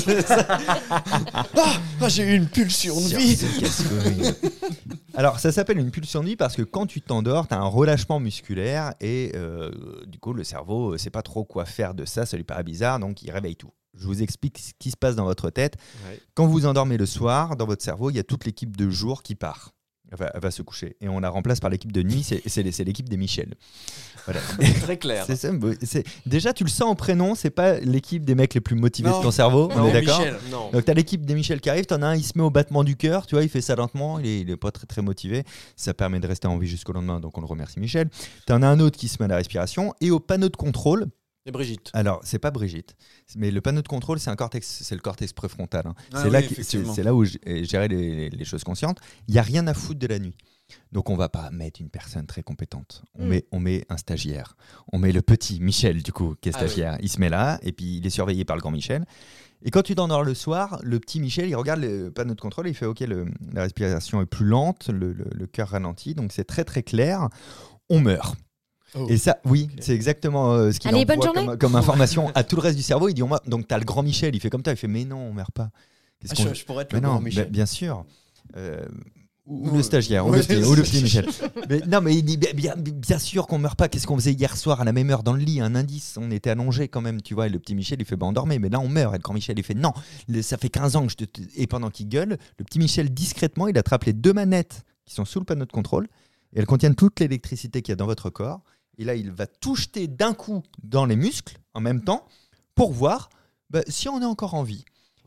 Speaker 5: J'ai eu une pulsion de vie.
Speaker 2: Alors ça s'appelle une pulsion de vie parce que quand tu t'endors, tu as un relâchement musculaire et du coup le cerveau ne sait pas trop quoi faire de ça, ça lui paraît bizarre, donc il réveille tout. Je vous explique ce qui se passe dans votre tête. Quand vous endormez le soir, dans votre cerveau, il y a toute l'équipe de jour qui part. Elle va se coucher. Et on la remplace par l'équipe de nuit, c'est l'équipe des Michel. Voilà.
Speaker 3: Très clair.
Speaker 2: Déjà, tu le sens en prénom, c'est pas l'équipe des mecs les plus motivés de ton cerveau, on est d'accord? Donc tu as l'équipe des Michel qui arrive, tu en as un, il se met au battement du cœur, tu vois, il fait ça lentement, il est pas très, très motivé. Ça permet de rester en vie jusqu'au lendemain, donc on le remercie Michel. Tu en as un autre qui se met à la respiration, et au panneau de contrôle,
Speaker 3: et Brigitte.
Speaker 2: Alors, c'est pas Brigitte, mais le panneau de contrôle, c'est le cortex préfrontal. Hein.
Speaker 5: Ah
Speaker 2: c'est là où gérer les choses conscientes. Il n'y a rien à foutre de la nuit. Donc, on va pas mettre une personne très compétente. On met un stagiaire. On met le petit Michel, du coup, qui est stagiaire. Il se met là, et puis il est surveillé par le grand Michel. Et quand tu t'endors le soir, le petit Michel, il regarde le panneau de contrôle, il fait « Ok, la respiration est plus lente, le cœur ralentit, donc c'est très très clair, on meurt ». Et ça, c'est exactement ce qu'il envoie comme information à tout le reste du cerveau. Il dit donc t'as le grand Michel, il fait comme toi, il fait mais non, on meurt pas.
Speaker 5: Je pourrais être le grand Michel.
Speaker 2: Bien sûr. Ou le stagiaire, ou le petit Michel. Mais il dit bien sûr qu'on meurt pas. Qu'est-ce qu'on faisait hier soir à la même heure dans le lit? Un indice, on était allongé quand même, tu vois. Et le petit Michel, il fait on dormait, mais là on meurt. Et le grand Michel, il fait non, ça fait 15 ans que je te. Et pendant qu'il gueule, le petit Michel, discrètement, il attrape les 2 manettes qui sont sous le panneau de contrôle. Et elles contiennent toute l'électricité qu'il y a dans votre corps. Et là, il va tout jeter d'un coup dans les muscles en même temps pour voir si on est encore en vie.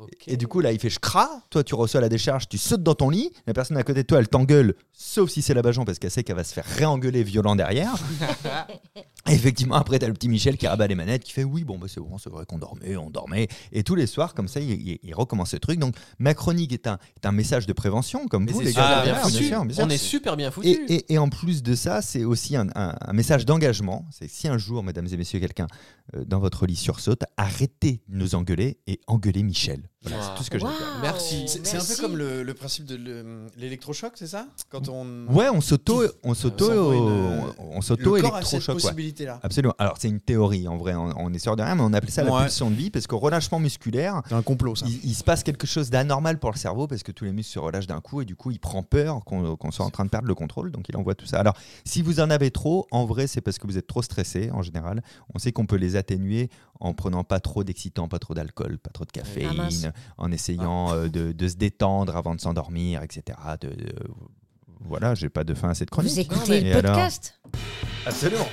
Speaker 2: Et du coup, là, il fait ch'cra. Toi, tu reçois la décharge, tu sautes dans ton lit. La personne à côté de toi, elle t'engueule, sauf si c'est la Bajon, parce qu'elle sait qu'elle va se faire réengueuler violent derrière. Et effectivement, après, t'as le petit Michel qui rabat les manettes, qui fait oui, bon, bah, c'est bon, c'est vrai qu'on dormait. Et tous les soirs, comme ça, il recommence ce truc. Donc, ma chronique est un message de prévention, comme vous, les gars.
Speaker 3: Bien foutu.
Speaker 2: Bien sûr.
Speaker 3: On est super bien foutu.
Speaker 2: Et en plus de ça, c'est aussi un message d'engagement. C'est si un jour, mesdames et messieurs, quelqu'un dans votre lit sursaute, arrêtez de nous engueuler et engueulez Michel. Voilà, c'est tout ce que j'ai à dire.
Speaker 3: Merci.
Speaker 5: C'est un peu comme le principe de l'électrochoc, c'est ça? Quand
Speaker 2: Ouais, on s'auto
Speaker 5: le corps a cette
Speaker 2: électrochoc.
Speaker 5: possibilité-là.
Speaker 2: Absolument. Alors c'est une théorie en vrai, on est sûr de rien, mais on appelle ça la pulsion de vie parce qu'au relâchement musculaire,
Speaker 5: c'est un complot ça.
Speaker 2: Il se passe quelque chose d'anormal pour le cerveau parce que tous les muscles se relâchent d'un coup et du coup il prend peur qu'on soit en train de perdre le contrôle, donc il envoie tout ça. Alors si vous en avez trop, en vrai c'est parce que vous êtes trop stressé en général. On sait qu'on peut les atténuer en prenant pas trop d'excitants, pas trop d'alcool, pas trop de caféine, en essayant de se détendre avant de s'endormir, etc. Voilà, j'ai pas de fin à cette chronique.
Speaker 4: Vous écoutez le podcast?
Speaker 2: Absolument.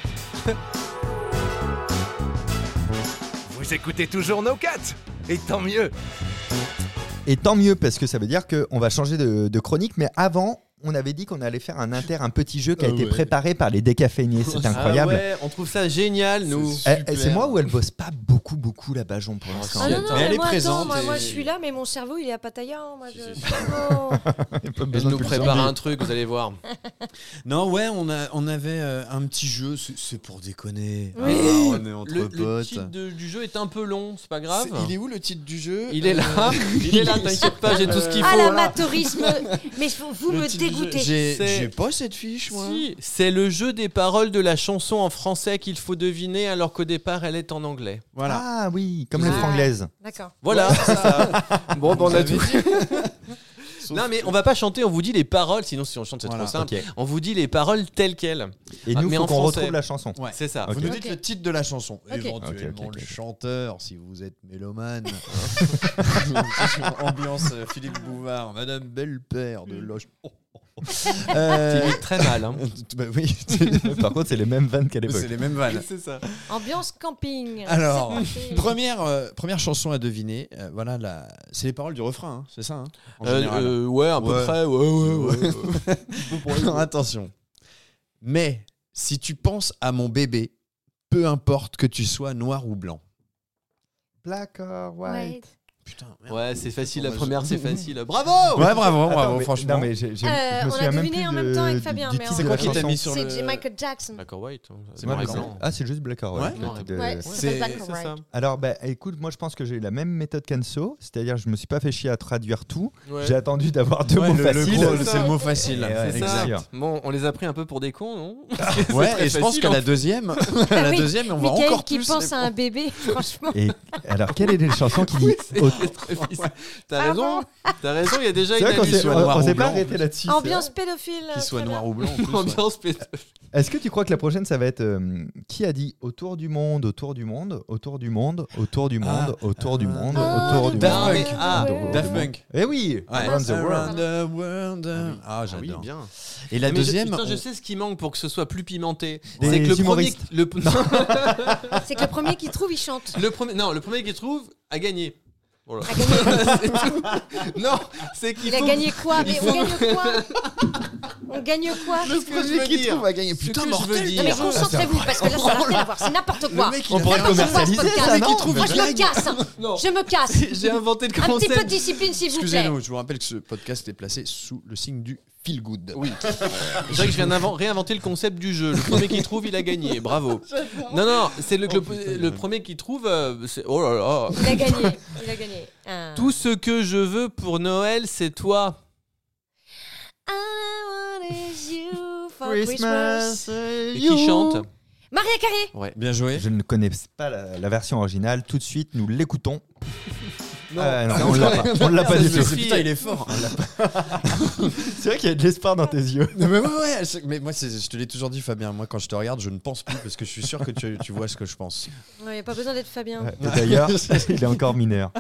Speaker 1: Vous écoutez toujours No Cut, et tant mieux.
Speaker 2: Et tant mieux parce que ça veut dire qu'on va changer de chronique, mais avant, on avait dit qu'on allait faire un petit jeu qui a été préparé par les décaféinés. C'est incroyable.
Speaker 3: Ouais, on trouve ça génial, nous.
Speaker 2: C'est moi où elle bosse pas beaucoup la Bajon pour l'instant.
Speaker 4: Ah non,
Speaker 5: mais elle est
Speaker 4: moi,
Speaker 5: présente.
Speaker 4: Attends, moi je suis là, mais mon cerveau il est à Pattaya.
Speaker 3: Elle nous prépare un truc, vous allez voir.
Speaker 5: Non, ouais, on avait un petit jeu, c'est pour déconner.
Speaker 4: Oui.
Speaker 5: On est entre potes.
Speaker 3: Le titre du jeu est un peu long, c'est pas grave.
Speaker 5: Il est où le titre du jeu?
Speaker 3: Il est là. Il est là, t'inquiète pas, j'ai tout ce qu'il faut.
Speaker 4: Ah, l'amateurisme. Mais vous me dégoûtez.
Speaker 5: J'ai pas cette fiche, moi.
Speaker 3: Si, c'est le jeu des paroles de la chanson en français qu'il faut deviner alors qu'au départ elle est en anglais.
Speaker 5: Voilà.
Speaker 2: Ah oui, comme les franglaises.
Speaker 4: D'accord.
Speaker 3: Voilà, c'est ça. Bon, on a tout. Non mais on va pas chanter, on vous dit les paroles, sinon si on chante c'est trop simple.
Speaker 2: Okay.
Speaker 3: On vous dit les paroles telles quelles.
Speaker 2: Et nous,
Speaker 3: mais
Speaker 2: faut
Speaker 3: en
Speaker 2: qu'on
Speaker 3: français.
Speaker 2: retrouve la chanson.
Speaker 5: Ouais.
Speaker 3: C'est ça.
Speaker 5: Vous nous dites le titre de la chanson.
Speaker 4: Ok.
Speaker 5: Éventuellement le chanteur, si vous êtes mélomane. Ambiance Philippe Bouvard, Madame Belle-Père de Loche.
Speaker 3: Tu très mal. Hein.
Speaker 5: Bah oui.
Speaker 2: Par contre, c'est les mêmes vannes qu'à l'époque.
Speaker 5: C'est les mêmes vannes.
Speaker 3: C'est ça.
Speaker 4: Ambiance camping.
Speaker 5: Alors,
Speaker 4: C'est
Speaker 5: première chanson à deviner. Voilà, c'est les paroles du refrain, hein, c'est ça, hein, en général.
Speaker 3: Ouais, à peu près. Ouais.
Speaker 5: Alors, attention. Mais si tu penses à mon bébé, peu importe que tu sois noir ou blanc.
Speaker 2: Black or white.
Speaker 5: Putain, merde.
Speaker 3: Ouais, c'est facile, la première c'est facile. Bravo!
Speaker 5: Ouais, bravo,
Speaker 2: Attends, mais-
Speaker 5: franchement.
Speaker 2: Non, mais je me
Speaker 4: on
Speaker 2: souviens
Speaker 4: a
Speaker 2: même
Speaker 4: deviné
Speaker 2: plus
Speaker 4: en même temps avec Fabien,
Speaker 2: du
Speaker 4: mais
Speaker 2: titre
Speaker 4: on-
Speaker 2: de
Speaker 5: C'est
Speaker 2: la
Speaker 5: quoi qui t'a
Speaker 2: chanson.
Speaker 5: mis sur le...
Speaker 4: C'est Michael Jackson.
Speaker 3: Black or white.
Speaker 5: C'est
Speaker 2: Ouais,
Speaker 5: Black
Speaker 2: mais
Speaker 5: or
Speaker 2: c'est- Ah, c'est juste Black or White.
Speaker 5: Ouais.
Speaker 4: Ouais, ça s'appelle Black or
Speaker 3: C'est
Speaker 4: White.
Speaker 3: ça.
Speaker 2: Alors, écoute, moi je pense que j'ai eu la même méthode qu'Anso, c'est-à-dire je me suis pas fait chier à traduire tout.
Speaker 3: Ouais.
Speaker 2: J'ai attendu d'avoir deux
Speaker 5: Ouais,
Speaker 2: mots
Speaker 5: le
Speaker 2: faciles.
Speaker 5: gros,
Speaker 3: C'est
Speaker 5: c'est
Speaker 3: ça.
Speaker 5: le mot facile.
Speaker 2: Ouais,
Speaker 3: C'est
Speaker 2: exact.
Speaker 3: ça. Bon, on les a pris un peu pour des cons, non?
Speaker 5: Ouais,
Speaker 3: très
Speaker 5: et je pense
Speaker 3: facile,
Speaker 5: qu'à
Speaker 3: en
Speaker 5: la
Speaker 3: fait.
Speaker 5: deuxième, on va
Speaker 4: Mickaël
Speaker 5: encore
Speaker 4: qui
Speaker 5: plus.
Speaker 4: pense à un bébé, franchement.
Speaker 2: Et alors, quelle est les chansons qui dit
Speaker 3: T'as raison, il y a déjà
Speaker 2: C'est
Speaker 3: une
Speaker 2: vrai qu'on
Speaker 3: allusion.
Speaker 2: s'est
Speaker 5: noir
Speaker 2: on
Speaker 5: ou
Speaker 2: s'est pas
Speaker 5: blanc.
Speaker 2: arrêté là-dessus.
Speaker 4: Ambiance pédophile.
Speaker 5: Qu'il soit
Speaker 4: très
Speaker 5: noir
Speaker 4: bien.
Speaker 5: ou blanc. En plus, ouais.
Speaker 3: Ambiance pédophile.
Speaker 2: Est-ce que tu crois que la prochaine ça va être qui a dit autour du monde, autour du monde, autour du monde, autour du monde, autour du monde, autour du
Speaker 5: Daft
Speaker 2: monde.
Speaker 5: Punk. Daft Punk.
Speaker 2: Eh oui,
Speaker 5: Ouais.
Speaker 2: Around the World.
Speaker 5: Around the world. Ah,
Speaker 3: Oui,
Speaker 5: j'adore.
Speaker 3: bien.
Speaker 5: Et la
Speaker 3: Mais
Speaker 5: deuxième,
Speaker 3: je sais ce qui manque pour que ce soit plus pimenté.
Speaker 2: Des
Speaker 3: C'est que le premier,
Speaker 2: humoristes.
Speaker 4: C'est que le premier qui trouve, il chante.
Speaker 3: le premier qui trouve a gagné. Voilà.
Speaker 4: A gagné.
Speaker 3: C'est tout. Non, c'est qu'il
Speaker 4: Il a
Speaker 3: faut-
Speaker 4: gagné quoi? Mais on gagne quoi? On gagne quoi?
Speaker 3: Ce que je veux dire.
Speaker 5: va gagner.
Speaker 3: Ce
Speaker 5: Putain,
Speaker 3: que je
Speaker 5: mortel.
Speaker 3: veux
Speaker 4: Non
Speaker 3: dire.
Speaker 4: mais concentrez-vous parce que là ça n'a rien à voir, c'est n'importe quoi.
Speaker 5: Le mec,
Speaker 2: On pourrait
Speaker 5: a
Speaker 4: N'importe quoi, ce
Speaker 2: commercialiser
Speaker 4: podcast.
Speaker 2: ça, non
Speaker 4: Moi je me casse, hein.
Speaker 3: Non.
Speaker 4: Je me casse.
Speaker 3: J'ai inventé le
Speaker 4: Un petit
Speaker 3: concept.
Speaker 4: peu de discipline s'il vous plaît.
Speaker 5: Excusez-nous, je vous rappelle que ce podcast est placé sous le signe du feel good.
Speaker 3: Oui. C'est vrai que je viens réinventer le concept du jeu. Le premier qui trouve, il a gagné. Bravo. Non, c'est le premier qui trouve. Oh là là.
Speaker 4: Il a gagné. Il a gagné. Ah.
Speaker 3: Tout ce que je veux pour Noël, c'est toi.
Speaker 4: I wanted you for Christmas.
Speaker 3: Et qui chante?
Speaker 4: Maria Carré.
Speaker 3: Ouais.
Speaker 5: Bien joué.
Speaker 2: Je ne connais pas la version originale. Tout de suite, nous l'écoutons.
Speaker 3: Non.
Speaker 2: Non, on l'a pas. On l'a pas
Speaker 3: Ça
Speaker 2: du
Speaker 3: suffit.
Speaker 2: tout.
Speaker 5: Putain, il est fort.
Speaker 2: C'est vrai qu'il y a de l'espoir dans tes yeux.
Speaker 5: Mais mais moi, je te l'ai toujours dit, Fabien. Moi, quand je te regarde, je ne pense plus parce que je suis sûr que tu vois ce que je pense.
Speaker 4: Il n'y a pas besoin d'être Fabien.
Speaker 2: Ouais, et d'ailleurs, il est encore mineur.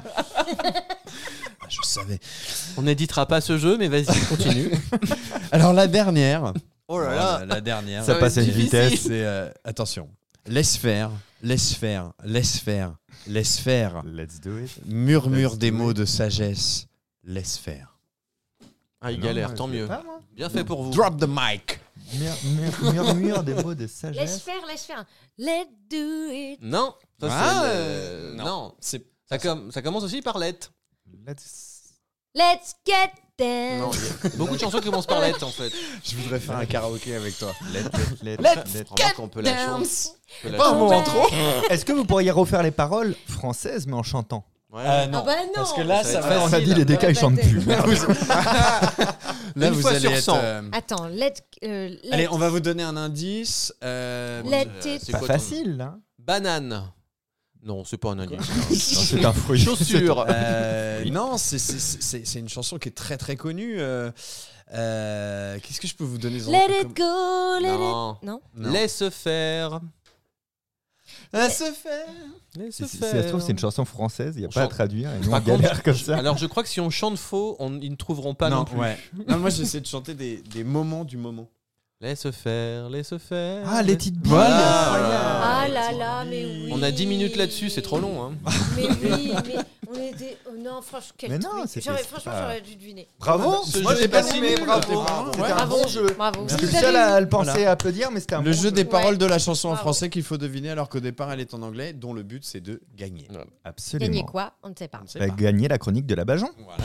Speaker 5: Je savais.
Speaker 3: On n'éditera pas ce jeu, mais vas-y, continue.
Speaker 5: Alors, la dernière.
Speaker 3: Oh là
Speaker 5: Voilà,
Speaker 3: là.
Speaker 5: la dernière.
Speaker 2: Ça
Speaker 3: va
Speaker 2: passe à
Speaker 3: être
Speaker 2: une
Speaker 3: difficile.
Speaker 2: vitesse.
Speaker 5: C'est attention. Laisse faire. Laisse faire, laisse faire, laisse faire.
Speaker 2: Let's do it.
Speaker 5: Murmure
Speaker 2: Let's
Speaker 5: des
Speaker 2: do
Speaker 5: mots
Speaker 2: it.
Speaker 5: de sagesse. Laisse faire.
Speaker 3: Ah, il
Speaker 2: Non,
Speaker 3: galère,
Speaker 2: moi,
Speaker 3: tant
Speaker 2: je sais
Speaker 3: mieux.
Speaker 2: pas, moi.
Speaker 3: Bien fait pour vous.
Speaker 5: Drop the mic.
Speaker 2: Murmure des mots de
Speaker 4: Laisse
Speaker 2: sagesse.
Speaker 4: faire. Let's do it.
Speaker 3: Non, ça,
Speaker 5: Ah,
Speaker 3: c'est non.
Speaker 5: C'est
Speaker 3: Ça commence aussi par let.
Speaker 4: Let's get down.
Speaker 3: Non, il y a beaucoup de chansons qui commencent par let en fait.
Speaker 5: Je voudrais faire un karaoké avec toi.
Speaker 3: Remarque, on peut la chanter. On peut la
Speaker 5: Pas un
Speaker 3: chanter.
Speaker 5: moment trop.
Speaker 2: Est-ce que vous pourriez refaire les paroles françaises mais en chantant?
Speaker 3: Ouais.
Speaker 5: Non.
Speaker 4: Ah bah non.
Speaker 5: Parce que là,
Speaker 3: Ça
Speaker 5: ça
Speaker 3: va
Speaker 5: va.
Speaker 3: être
Speaker 2: On a
Speaker 3: facile.
Speaker 2: dit les décas ils chantent plus.
Speaker 5: Là,
Speaker 3: Une
Speaker 5: vous
Speaker 3: fois
Speaker 5: allez
Speaker 3: sur
Speaker 5: être.
Speaker 3: 100.
Speaker 4: Attends, let's
Speaker 5: Allez, on va vous donner un indice.
Speaker 4: Let it.
Speaker 3: C'est
Speaker 2: Pas
Speaker 3: quoi ton-
Speaker 2: facile là.
Speaker 3: Banane. Non, c'est pas un indice.
Speaker 2: Non, c'est un fruit.
Speaker 3: Chaussure.
Speaker 5: Non, c'est une chanson qui est très très connue. Qu'est-ce que je peux vous donner
Speaker 4: Let it go. Let it.
Speaker 3: Non.
Speaker 4: Non.
Speaker 5: Non.
Speaker 3: Laisse faire.
Speaker 5: À se faire.
Speaker 3: Laisse
Speaker 2: Si
Speaker 3: faire.
Speaker 2: ça se trouve, c'est une chanson française, il n'y a
Speaker 3: On
Speaker 2: pas à
Speaker 3: chante.
Speaker 2: traduire. Et nous, on
Speaker 3: Par contre,
Speaker 2: galère comme ça.
Speaker 3: Alors je crois que si on chante faux, ils ne trouveront pas non, plus.
Speaker 5: Ouais. Non, moi j'essaie de chanter des moments du moment.
Speaker 3: Laisse faire, laisse faire.
Speaker 2: Ah, les petites billes.
Speaker 5: Voilà.
Speaker 2: Incroyable.
Speaker 4: Ah là là, mais oui.
Speaker 3: On a 10 minutes là-dessus, c'est trop long. Hein.
Speaker 4: Mais oui, mais on était. Oh non, franchement, quel
Speaker 2: Mais non,
Speaker 4: truc.
Speaker 2: c'était
Speaker 4: Franchement,
Speaker 2: pas-
Speaker 4: j'aurais dû deviner.
Speaker 2: Bravo.
Speaker 3: Ce
Speaker 2: Moi,
Speaker 3: jeu
Speaker 2: j'ai
Speaker 3: est
Speaker 2: pas
Speaker 3: pas si
Speaker 2: aimé.
Speaker 3: nul,
Speaker 2: Bravo.
Speaker 3: t'es bravo.
Speaker 2: C'était
Speaker 5: Ouais.
Speaker 2: un bon jeu.
Speaker 4: Bravo.
Speaker 2: Je suis
Speaker 4: Vous
Speaker 2: le seul
Speaker 4: avez
Speaker 2: à
Speaker 4: eu-
Speaker 2: le penser,
Speaker 5: Voilà.
Speaker 2: à applaudir, mais c'était un
Speaker 5: Le
Speaker 2: bon
Speaker 5: jeu des
Speaker 4: Ouais.
Speaker 5: paroles de la chanson en
Speaker 4: Bravo.
Speaker 5: français qu'il faut deviner alors qu'au départ elle est en anglais, dont le but c'est de gagner.
Speaker 2: Absolument.
Speaker 4: Gagner quoi? On ne sait pas.
Speaker 5: On ne sait
Speaker 2: Bah,
Speaker 5: pas.
Speaker 2: gagner la chronique de la Bajon.
Speaker 5: Voilà.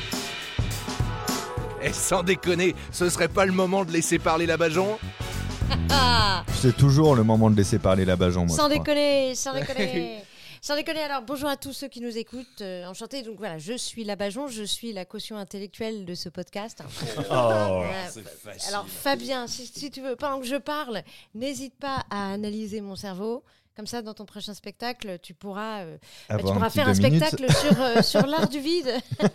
Speaker 1: Et sans déconner, ce serait pas le moment de laisser parler la Bajon?
Speaker 4: Ah,
Speaker 2: C'est toujours le moment de laisser parler la Bajon, moi.
Speaker 4: sans
Speaker 2: je crois.
Speaker 4: déconner, sans déconner. Sans déconner, alors bonjour à tous ceux qui nous écoutent, enchanté. Donc voilà, je suis la Bajon, je suis la caution intellectuelle de ce podcast. Alors Fabien, si tu veux, pendant que je parle, n'hésite pas à analyser mon cerveau. Comme ça, dans ton prochain spectacle, tu pourras, tu
Speaker 2: Avoir
Speaker 4: pourras
Speaker 2: petit
Speaker 4: faire un
Speaker 2: 2 minutes.
Speaker 4: spectacle sur l'art du vide.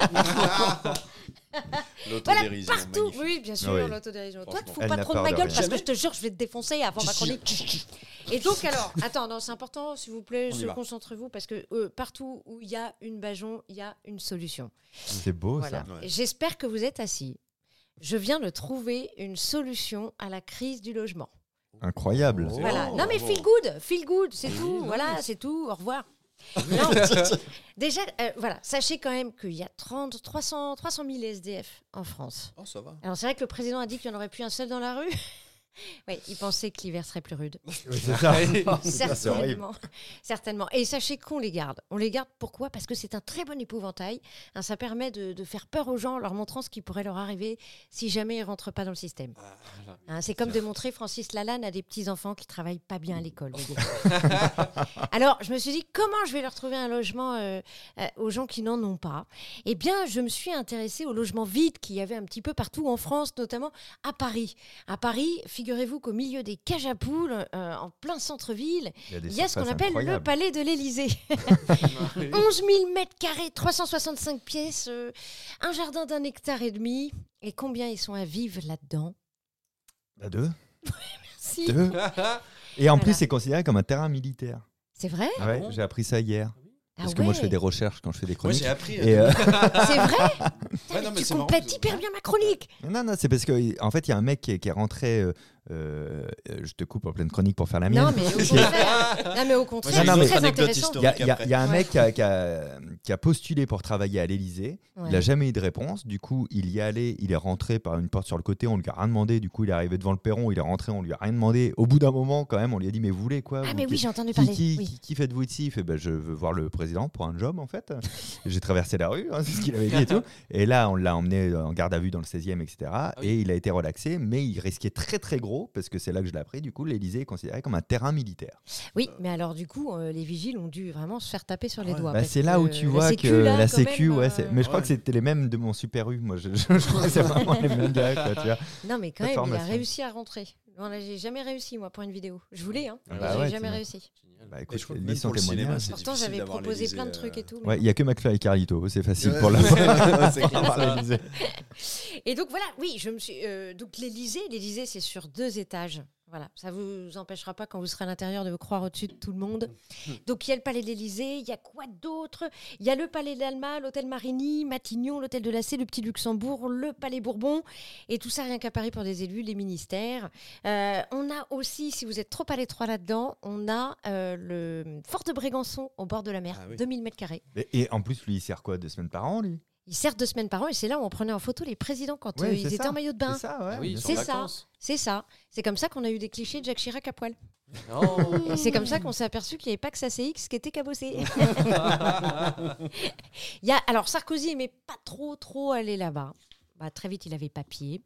Speaker 4: Voilà,
Speaker 5: L'autodérision,
Speaker 4: partout.
Speaker 5: magnifique.
Speaker 4: Oui, bien sûr,
Speaker 2: Oui.
Speaker 4: l'autodérision. Toi,
Speaker 5: Franchement.
Speaker 4: te fous
Speaker 2: Elle
Speaker 4: pas
Speaker 2: n'a
Speaker 4: trop de
Speaker 2: peur
Speaker 4: ma
Speaker 2: de
Speaker 4: gueule
Speaker 2: rien.
Speaker 4: parce que je te jure, je vais te défoncer avant ma
Speaker 5: Si, si.
Speaker 4: chronique. Et donc, alors, attends, non, c'est important, s'il vous plaît,
Speaker 5: On y va.
Speaker 4: concentrez-vous parce que partout où il y a une Bajon, il y a une solution.
Speaker 2: C'est beau,
Speaker 4: Voilà.
Speaker 2: ça.
Speaker 5: Ouais.
Speaker 4: Et j'espère que vous êtes assis. Je viens de trouver une solution à la crise du logement.
Speaker 2: Incroyable.
Speaker 5: Oh.
Speaker 4: Voilà. Non, mais feel good, c'est tout. Voilà, c'est tout. Au revoir. Non. Déjà, voilà, sachez quand même qu'il y a 300 000 SDF en France.
Speaker 5: Oh, ça va.
Speaker 4: Alors, c'est vrai que le président a dit qu'il n'y en aurait plus un seul dans la rue. Oui, il pensait que l'hiver serait plus rude.
Speaker 2: Oui, c'est ça. C'est horrible.
Speaker 4: Certainement. Certainement. Et sachez qu'on les garde. On les garde pourquoi? Parce que c'est un très bon épouvantail. Hein, ça permet de faire peur aux gens en leur montrant ce qui pourrait leur arriver si jamais ils ne rentrent pas dans le système. Hein, c'est comme de montrer Francis Lalanne à des petits-enfants qui ne travaillent pas bien à l'école. vous voyez. Alors, je me suis dit, comment je vais leur trouver un logement aux gens qui n'en ont pas? Eh bien, je me suis intéressée aux logements vides qu'il y avait un petit peu partout en France, notamment à Paris. À Paris, figurez-vous qu'au milieu des cages à poules, en plein centre-ville, il y a ce qu'on appelle le palais de l'Élysée. 11 000 mètres carrés, 365 pièces, un jardin d'1,5 hectare. Et combien ils sont à vivre là-dedans?
Speaker 2: Bah, 2.
Speaker 4: Si.
Speaker 2: 2. Et en plus,
Speaker 4: Voilà.
Speaker 2: c'est considéré comme un terrain militaire.
Speaker 4: C'est vrai?
Speaker 2: Ouais,
Speaker 3: bon
Speaker 2: j'ai appris ça hier.
Speaker 4: Ah
Speaker 2: Parce que moi, je
Speaker 4: ouais.
Speaker 2: fais des recherches quand je fais des
Speaker 5: Moi
Speaker 2: chroniques.
Speaker 5: j'ai appris.
Speaker 2: Et
Speaker 4: C'est vrai?
Speaker 5: Ouais, non, mais
Speaker 4: Tu
Speaker 5: c'est marrant.
Speaker 4: complètes hyper bien ma chronique.
Speaker 2: non, c'est parce que en fait, il y a un mec qui est rentré. Je te coupe en pleine chronique pour faire la mienne.
Speaker 4: Non, mais au contraire. Non, mais au contraire,
Speaker 2: Non, mais-
Speaker 4: c'est très
Speaker 5: anecdote
Speaker 4: intéressant.
Speaker 5: historique.
Speaker 2: Il y a un
Speaker 4: Ouais.
Speaker 2: mec qui a postulé pour travailler à l'Élysée.
Speaker 4: Ouais.
Speaker 2: Il n'a jamais eu de réponse. Du coup, il y est allé. Il est rentré par une porte sur le côté. On lui a rien demandé. Du coup, il est arrivé devant le perron. Il est rentré. On lui a rien demandé. Au bout d'un moment, quand même, on lui a dit mais vous voulez quoi
Speaker 4: Ah,
Speaker 2: vous,
Speaker 4: mais
Speaker 2: qui-
Speaker 4: oui, j'ai entendu parler. Oui.
Speaker 2: qui faites-vous ici? Il fait je veux voir le président pour un job en fait. J'ai traversé la rue, hein, c'est ce qu'il avait dit et tout. Et là, on l'a emmené en garde à vue dans le 16e, etc.
Speaker 3: oui.
Speaker 2: Et il a été relaxé, mais il risquait très très gros parce que c'est là que je l'ai appris. Du coup, l'Élysée est considéré comme un terrain militaire.
Speaker 4: Oui, mais alors du coup, les vigiles ont dû vraiment se faire taper sur les doigts.
Speaker 2: Bah,
Speaker 4: parce
Speaker 2: c'est là
Speaker 4: que
Speaker 2: où tu
Speaker 4: la
Speaker 2: vois
Speaker 4: sécu,
Speaker 2: que
Speaker 4: là,
Speaker 2: la
Speaker 4: quand
Speaker 2: sécu,
Speaker 4: même,
Speaker 2: ouais, mais je crois
Speaker 5: ouais.
Speaker 2: que c'était les mêmes de mon Super U. Moi, je crois que c'est vraiment les mêmes gars, quoi, tu vois.
Speaker 4: Non, mais quand
Speaker 2: La
Speaker 4: même, il a
Speaker 2: formation.
Speaker 4: réussi à rentrer. Voilà, j'ai jamais réussi, moi, pour une vidéo. Je voulais, hein, mais
Speaker 2: Bah
Speaker 4: j'ai
Speaker 2: ouais,
Speaker 4: jamais
Speaker 2: tu vois.
Speaker 4: réussi.
Speaker 2: Bah
Speaker 5: Et
Speaker 2: écoute,
Speaker 5: je crois que
Speaker 2: lis
Speaker 5: même
Speaker 2: son
Speaker 5: pour le cinéma,
Speaker 2: témoignage.
Speaker 5: c'est
Speaker 4: Pourtant,
Speaker 5: difficile
Speaker 4: j'avais
Speaker 5: d'avoir
Speaker 4: proposé
Speaker 5: l'Élysée,
Speaker 4: plein de trucs et tout. mais
Speaker 2: Ouais, il n'y a que McFly et Carlito, c'est facile
Speaker 5: Ouais.
Speaker 2: pour la
Speaker 5: C'est clair,
Speaker 2: voir
Speaker 5: ça.
Speaker 2: l'Élysée.
Speaker 4: Et donc voilà, oui, je me suis. Donc l'Élysée, c'est sur 2 étages. Voilà, ça vous empêchera pas quand vous serez à l'intérieur de vous croire au-dessus de tout le monde. Donc il y a le palais de l'Élysée, il y a quoi d'autre ? Il y a le palais d'Alma, l'hôtel Marigny, Matignon, l'hôtel de la C, le Petit Luxembourg, le palais Bourbon, et tout ça rien qu'à Paris pour des élus, les ministères. On a aussi, si vous êtes trop à l'étroit là-dedans, on a le fort de Brégançon au bord de la mer, 2000 m².
Speaker 2: Et en plus, lui, il sert quoi 2 semaines par an, lui ?
Speaker 4: Il sert 2 semaines par an et c'est là où on prenait en photo les présidents quand ils étaient en maillot de bain.
Speaker 2: C'est ça, ouais.
Speaker 3: Oui,
Speaker 4: C'est ça. C'est ça. C'est comme ça qu'on a eu des clichés de Jacques Chirac à poil.
Speaker 3: Oh.
Speaker 4: Et c'est comme ça qu'on s'est aperçu qu'il n'y avait pas que sa CX qui était cabossé. Alors Sarkozy aimait pas trop aller là-bas. Très vite, il avait papier.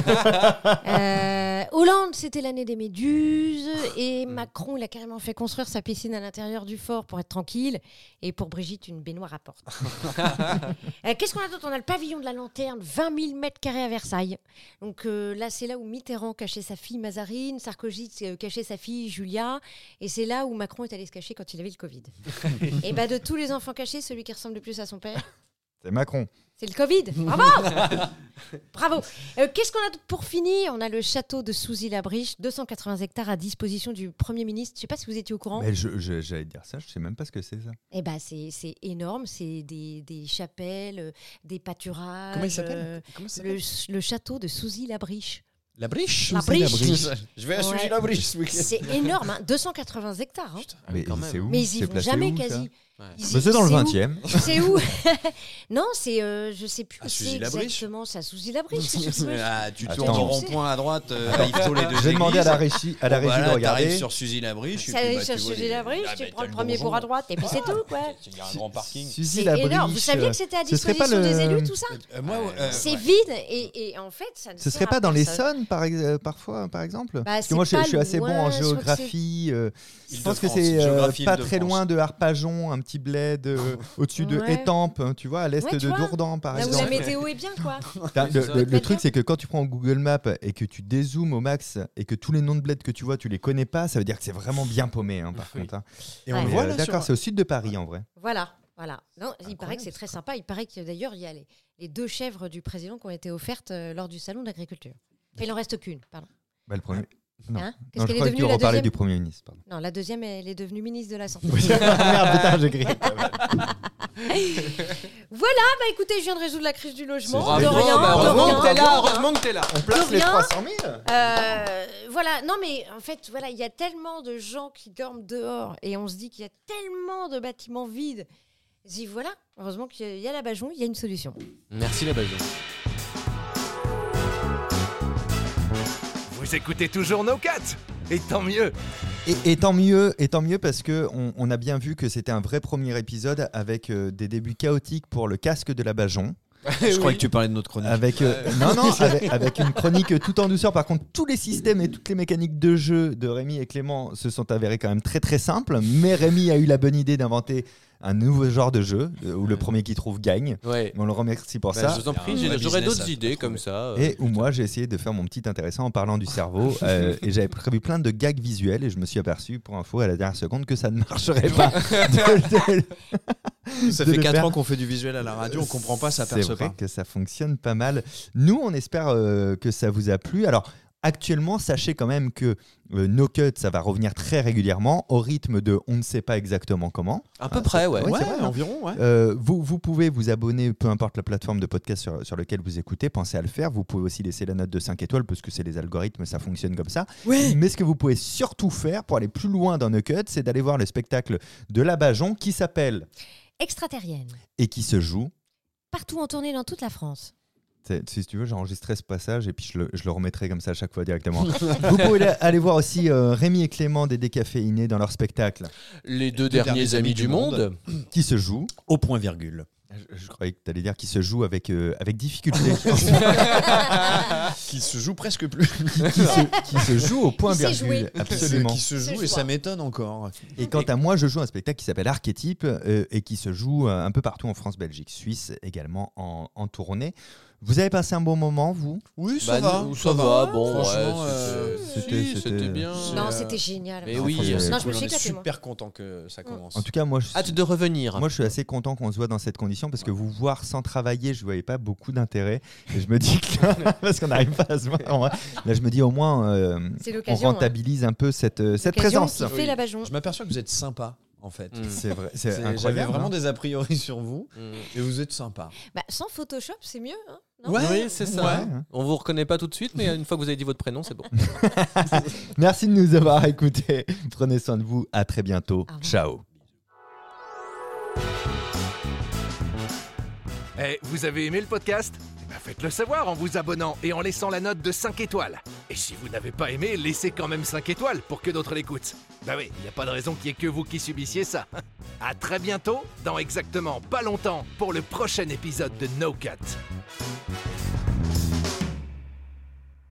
Speaker 4: Hollande, c'était l'année des méduses. Et Macron, il a carrément fait construire sa piscine à l'intérieur du fort pour être tranquille. Et pour Brigitte, une baignoire à porte. Qu'est-ce qu'on a d'autre ? On a le pavillon de la Lanterne, 20 000 m² à Versailles. Donc là, c'est là où Mitterrand cachait sa fille Mazarine, Sarkozy cachait sa fille Julia. Et c'est là où Macron est allé se cacher quand il avait le Covid. Et de tous les enfants cachés, celui qui ressemble le plus à son père,
Speaker 2: c'est Macron.
Speaker 4: C'est le Covid. Bravo. Bravo. Qu'est-ce qu'on a pour finir ? On a le château de Souzy-la-Briche, 280 hectares à disposition du Premier ministre. Je ne sais pas si vous étiez au courant.
Speaker 2: Mais j'allais dire ça, je ne sais même pas ce que c'est ça.
Speaker 4: C'est énorme. C'est des chapelles, des pâturages.
Speaker 5: Comment il s'appelle
Speaker 4: le château de Souzy-la-Briche.
Speaker 5: La Briche.
Speaker 2: Je
Speaker 5: vais à Souzy-la-Briche ce week-end.
Speaker 4: C'est énorme, 280 hectares. Hein.
Speaker 2: Putain, mais c'est où ?
Speaker 4: Mais ils y vont jamais quasi.
Speaker 2: C'est dans le 20e.
Speaker 4: C'est où ? Non, c'est je sais plus.
Speaker 5: C'est exactement,
Speaker 4: c'est à Souzy-la-Briche.
Speaker 5: Tu tournes en rond-point à droite, à Yvetot les deux.
Speaker 2: Je vais demander à la régie de regarder.
Speaker 5: T'arrives sur Souzy-la-Briche.
Speaker 4: Sur Souzy-la-Briche, tu prends le premier cours à droite et puis c'est tout, quoi.
Speaker 5: Il y a un grand parking.
Speaker 4: C'est énorme. Vous saviez que c'était à disposition des élus, tout ça ? C'est vide et en fait, ça ne.
Speaker 2: Ce serait pas dans l'Essonne, parfois, par exemple ? Parce que moi, je suis assez bon en géographie. Je pense que c'est pas très loin de Arpajon, un petit bled au-dessus de Étampes, tu vois, à l'est de Dourdan, par exemple.
Speaker 4: Là où la météo est bien, quoi.
Speaker 2: Le truc, c'est que quand tu prends Google Maps et que tu dézoomes au max et que tous les noms de bleds que tu vois, tu les connais pas, ça veut dire que c'est vraiment bien paumé, par contre.
Speaker 5: Et on le voit là.
Speaker 2: D'accord, c'est au sud de Paris, en vrai.
Speaker 4: Voilà. Non, il paraît que c'est très sympa. Il paraît que d'ailleurs, il y a les 2 chèvres du président qui ont été offertes lors du salon d'agriculture. Et il en reste qu'une, pardon.
Speaker 2: Le premier. Non,
Speaker 4: Qu'est-ce qu'elle est
Speaker 2: devenue,
Speaker 4: la deuxième ?
Speaker 2: Du Premier ministre. Pardon.
Speaker 4: Non, la deuxième, elle est devenue ministre de la Santé.
Speaker 2: Merde, putain, j'ai grillé.
Speaker 4: Voilà, écoutez, je viens de résoudre la crise du logement.
Speaker 3: Heureusement que t'es là.
Speaker 2: On place les 300 000.
Speaker 4: Voilà, non mais en fait, voilà, il y a tellement de gens qui dorment dehors et on se dit qu'il y a tellement de bâtiments vides. Et voilà, heureusement qu'il y a la Bajon, il y a une solution.
Speaker 3: Merci la Bajon.
Speaker 1: Vous écoutez toujours No Cut, et tant mieux.
Speaker 2: Et tant mieux parce que on a bien vu que c'était un vrai premier épisode avec des débuts chaotiques pour le casque de la Bajon.
Speaker 5: Je croyais que tu parlais de notre chronique.
Speaker 2: Avec une chronique tout en douceur. Par contre, tous les systèmes et toutes les mécaniques de jeu de Rémi et Clément se sont avérés quand même très très simples. Mais Rémi a eu la bonne idée d'inventer un nouveau genre de jeu où le premier qui trouve gagne.
Speaker 3: Ouais.
Speaker 2: On le remercie pour ça.
Speaker 3: Je vous en prie, j'aurais d'autres idées comme ça.
Speaker 2: Et où moi j'ai essayé de faire mon petit intéressant en parlant du cerveau et j'avais prévu plein de gags visuels et je me suis aperçu pour info à la dernière seconde que ça ne marcherait pas.
Speaker 5: Ça fait 4 ans qu'on fait du visuel à la radio, on comprend pas, ça perce pas.
Speaker 2: C'est vrai que ça fonctionne pas mal. Nous, on espère que ça vous a plu. Alors, actuellement, sachez quand même que No Cut, ça va revenir très régulièrement au rythme de on ne sait pas exactement comment.
Speaker 3: À peu près, ouais.
Speaker 2: Ouais,
Speaker 5: Environ, ouais.
Speaker 2: Vous pouvez vous abonner, peu importe la plateforme de podcast sur laquelle vous écoutez, pensez à le faire. Vous pouvez aussi laisser la note de 5 étoiles parce que c'est les algorithmes, ça fonctionne comme ça.
Speaker 5: Ouais.
Speaker 2: Mais ce que vous pouvez surtout faire pour aller plus loin dans No Cut, c'est d'aller voir le spectacle de la Bajon qui s'appelle
Speaker 4: Extraterrienne.
Speaker 2: Et qui se joue
Speaker 4: partout en tournée dans toute la France.
Speaker 2: Si tu veux, j'enregistrerai ce passage et puis je le remettrai comme ça à chaque fois directement. Vous pouvez aller voir aussi Rémi et Clément des Décaféinés dans leur spectacle
Speaker 3: Les deux derniers amis du monde
Speaker 2: qui se joue
Speaker 5: au point virgule.
Speaker 2: Je croyais que tu allais dire qui se joue avec difficulté.
Speaker 5: Qui se joue presque plus.
Speaker 2: qui se joue au point virgule. Absolument.
Speaker 5: Qui se joue et ça m'étonne encore.
Speaker 2: Et quant à moi, je joue un spectacle qui s'appelle Archétype et qui se joue un peu partout en France, Belgique, Suisse également en tournée. Vous avez passé un bon moment, vous?
Speaker 5: Oui,
Speaker 3: ça va. Bon,
Speaker 5: franchement,
Speaker 3: c'était bien.
Speaker 4: Non, c'était génial.
Speaker 3: Mais oui,
Speaker 4: non, je me suis
Speaker 5: On est
Speaker 4: éclaté, moi.
Speaker 5: super content que ça commence.
Speaker 2: En tout cas, moi,
Speaker 3: Hâte de revenir.
Speaker 2: Moi, je suis assez content qu'on se voit dans cette condition parce que vous voir sans travailler, je voyais pas beaucoup d'intérêt. Et je me dis que parce qu'on n'arrive pas à se voir. En vrai. Là, je me dis au moins, on rentabilise un peu cette présence.
Speaker 4: Qui fait la Bajon.
Speaker 5: Je m'aperçois que vous êtes sympa. En fait,
Speaker 2: c'est vrai.
Speaker 5: J'avais vraiment des a priori sur vous et vous êtes sympa.
Speaker 4: Sans Photoshop, c'est mieux. Hein,
Speaker 3: oui, c'est ça. Ouais. On vous reconnaît pas tout de suite, mais une fois que vous avez dit votre prénom, c'est bon.
Speaker 2: Merci de nous avoir écoutés. Prenez soin de vous. À très bientôt. Ciao.
Speaker 1: Vous avez aimé le podcast ? Faites-le savoir en vous abonnant et en laissant la note de 5 étoiles. Et si vous n'avez pas aimé, laissez quand même 5 étoiles pour que d'autres l'écoutent. Bah oui, il n'y a pas de raison qu'il n'y ait que vous qui subissiez ça. À très bientôt, dans exactement pas longtemps, pour le prochain épisode de No Cut.